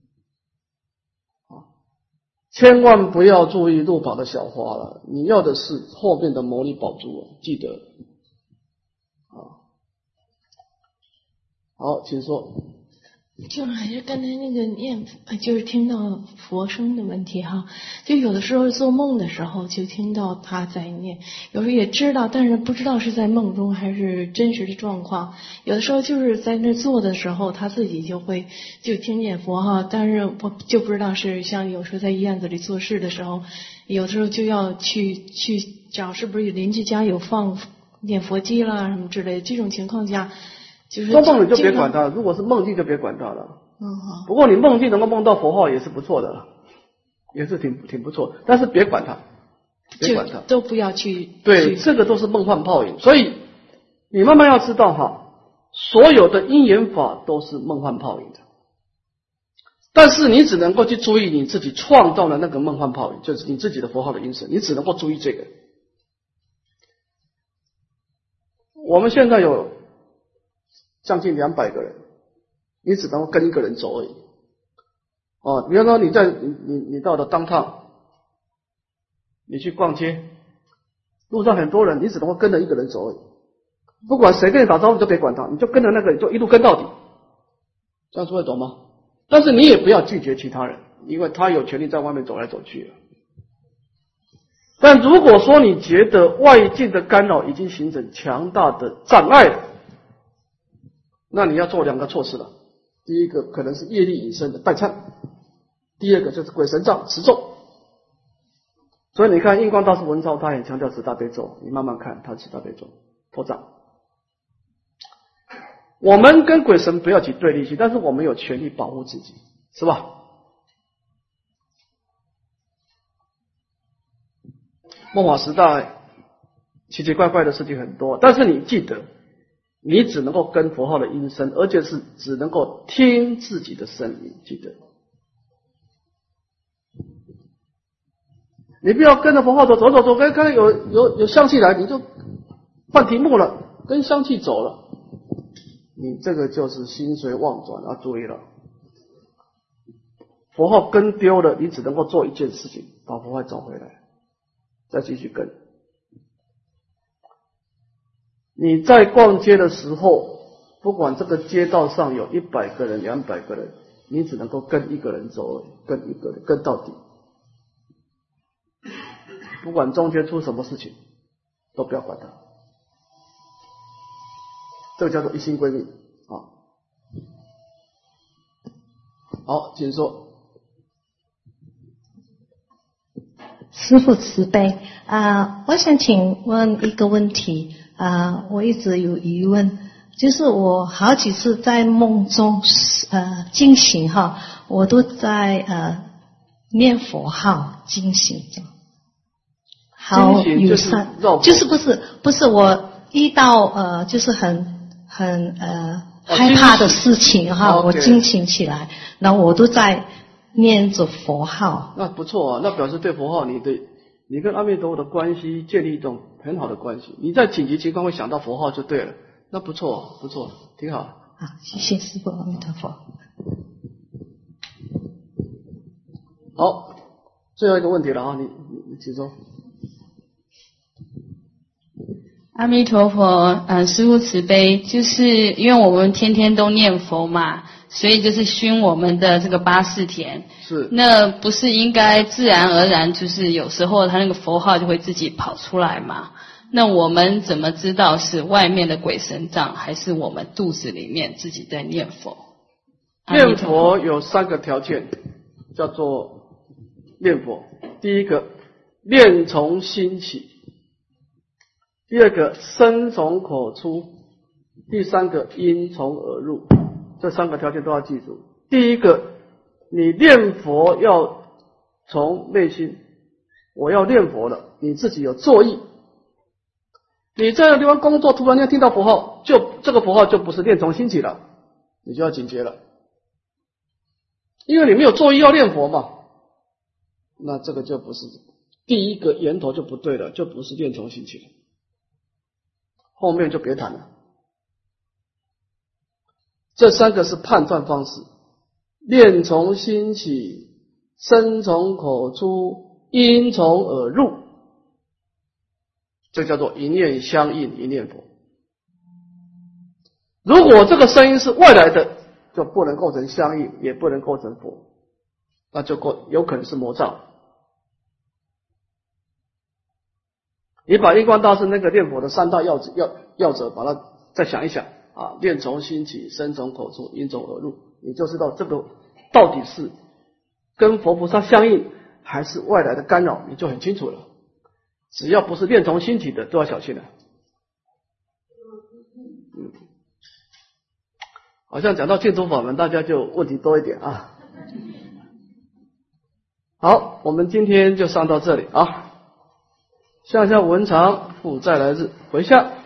千万不要注意路跑的小花了，你要的是后面的牟尼宝珠，记得。好，请说。 就还是刚才那个就是听到佛声的问题哈，就有的时候做梦的时候就听到他在念，有时候也知道，但是不知道是在梦中还是真实的状况。有的时候就是在那做的时候，他自己就听见佛哈，但是我就不知道是像有时候在院子里做事的时候，有的时候就要去找是不是邻居家有放念佛机啦什么之类的，这种情况下。 做梦你就别管它，如果是梦境就别管它了。不过你梦境能够梦到佛号也是不错的了，也是挺不错，但是别管它，别管它， 都不要去。 对，这个都是梦幻泡影，所以你慢慢要知道哈，所有的因缘法都是梦幻泡影的，但是你只能够去注意你自己创造的那个梦幻泡影，就是你自己的佛号的因神，你只能够注意这个。我们现在有将近200个人，你只能跟一个人走而已。比方说你到了downtown，你去逛街，路上很多人，你只能够跟着一个人走而已。不管谁跟你打招呼，你都别管他，你就跟着那个，你就一路跟到底。这样说会懂吗？但是你也不要拒绝其他人，因为他有权利在外面走来走去。但如果说你觉得外境的干扰已经形成强大的障碍了，那你要做2个措施了。第一个可能是业力引申的拜忏，第二个就是鬼神障持咒。所以你看印光大师文钞他很强调持大悲咒，你慢慢看他持大悲咒破障。我们跟鬼神不要起对立性，但是我们有权利保护自己，是吧？末法时代奇奇怪怪的事情很多，但是你记得你只能够跟佛号的音声，而且是只能够听自己的声音，记得。你不要跟着佛号走，看到有香气来，你就换题目了，跟香气走了，你这个就是心随妄转啊！注意了，佛号跟丢了，你只能够做一件事情，把佛号找回来，再继续跟。你在逛街的时候，不管这个街道上有100个人、200个人，你只能够跟一个人走而已，跟一个人跟到底。不管中间出什么事情，都不要管它。这个叫做一心归命啊。好，请说。 师父慈悲我想请问一个问题我一直有疑问，就是我好几次在梦中进行我都在念佛号进行着。好友善，就是不是我遇到就是很害怕的事情我惊醒起来，然后我都在念着佛号。那不错那表示对佛号你跟阿弥陀佛的关系建立一种很好的关系，你在紧急情况会想到佛号就对了，那不错挺好。好，谢谢师父，阿弥陀佛。好，最后一个问题了你请说。 阿弥陀佛，师父慈悲，就是因为我们天天都念佛嘛，所以就是熏我们的这个八识田。是。那不是应该自然而然，就是有时候他那个佛号就会自己跑出来嘛？那我们怎么知道是外面的鬼神障，还是我们肚子里面自己在念佛？ 念佛有3个条件，叫做念佛。第一个，念从心起。第二个，声从口出；第三个，音从耳入。这3个条件都要记住。第一个，你念佛要从内心，我要念佛了，你自己有作意。你在那个地方工作，突然间听到佛号，这个佛号就不是念从心起了，你就要警觉了，因为你没有作意要念佛嘛，那这个就不是第一个源头就不对了，就不是念从心起了。后面就别谈了。这3个是判断方式：念从心起，声从口出，音从耳入。这叫做一念相应，一念佛。如果这个声音是外来的， 就不能构成相应，也不能构成佛，那就有可能是魔障。你把印光大师那个念佛的三大要则，把它再想一想啊，念从心起，身从口出，音从耳入，你就知道这个到底是跟佛菩萨相应，还是外来的干扰，你就很清楚了。只要不是念从心起的，都要小心了。好像讲到净土法门，大家就问题多一点啊。好，我们今天就上到这里啊。向下文长，复再来日，回向。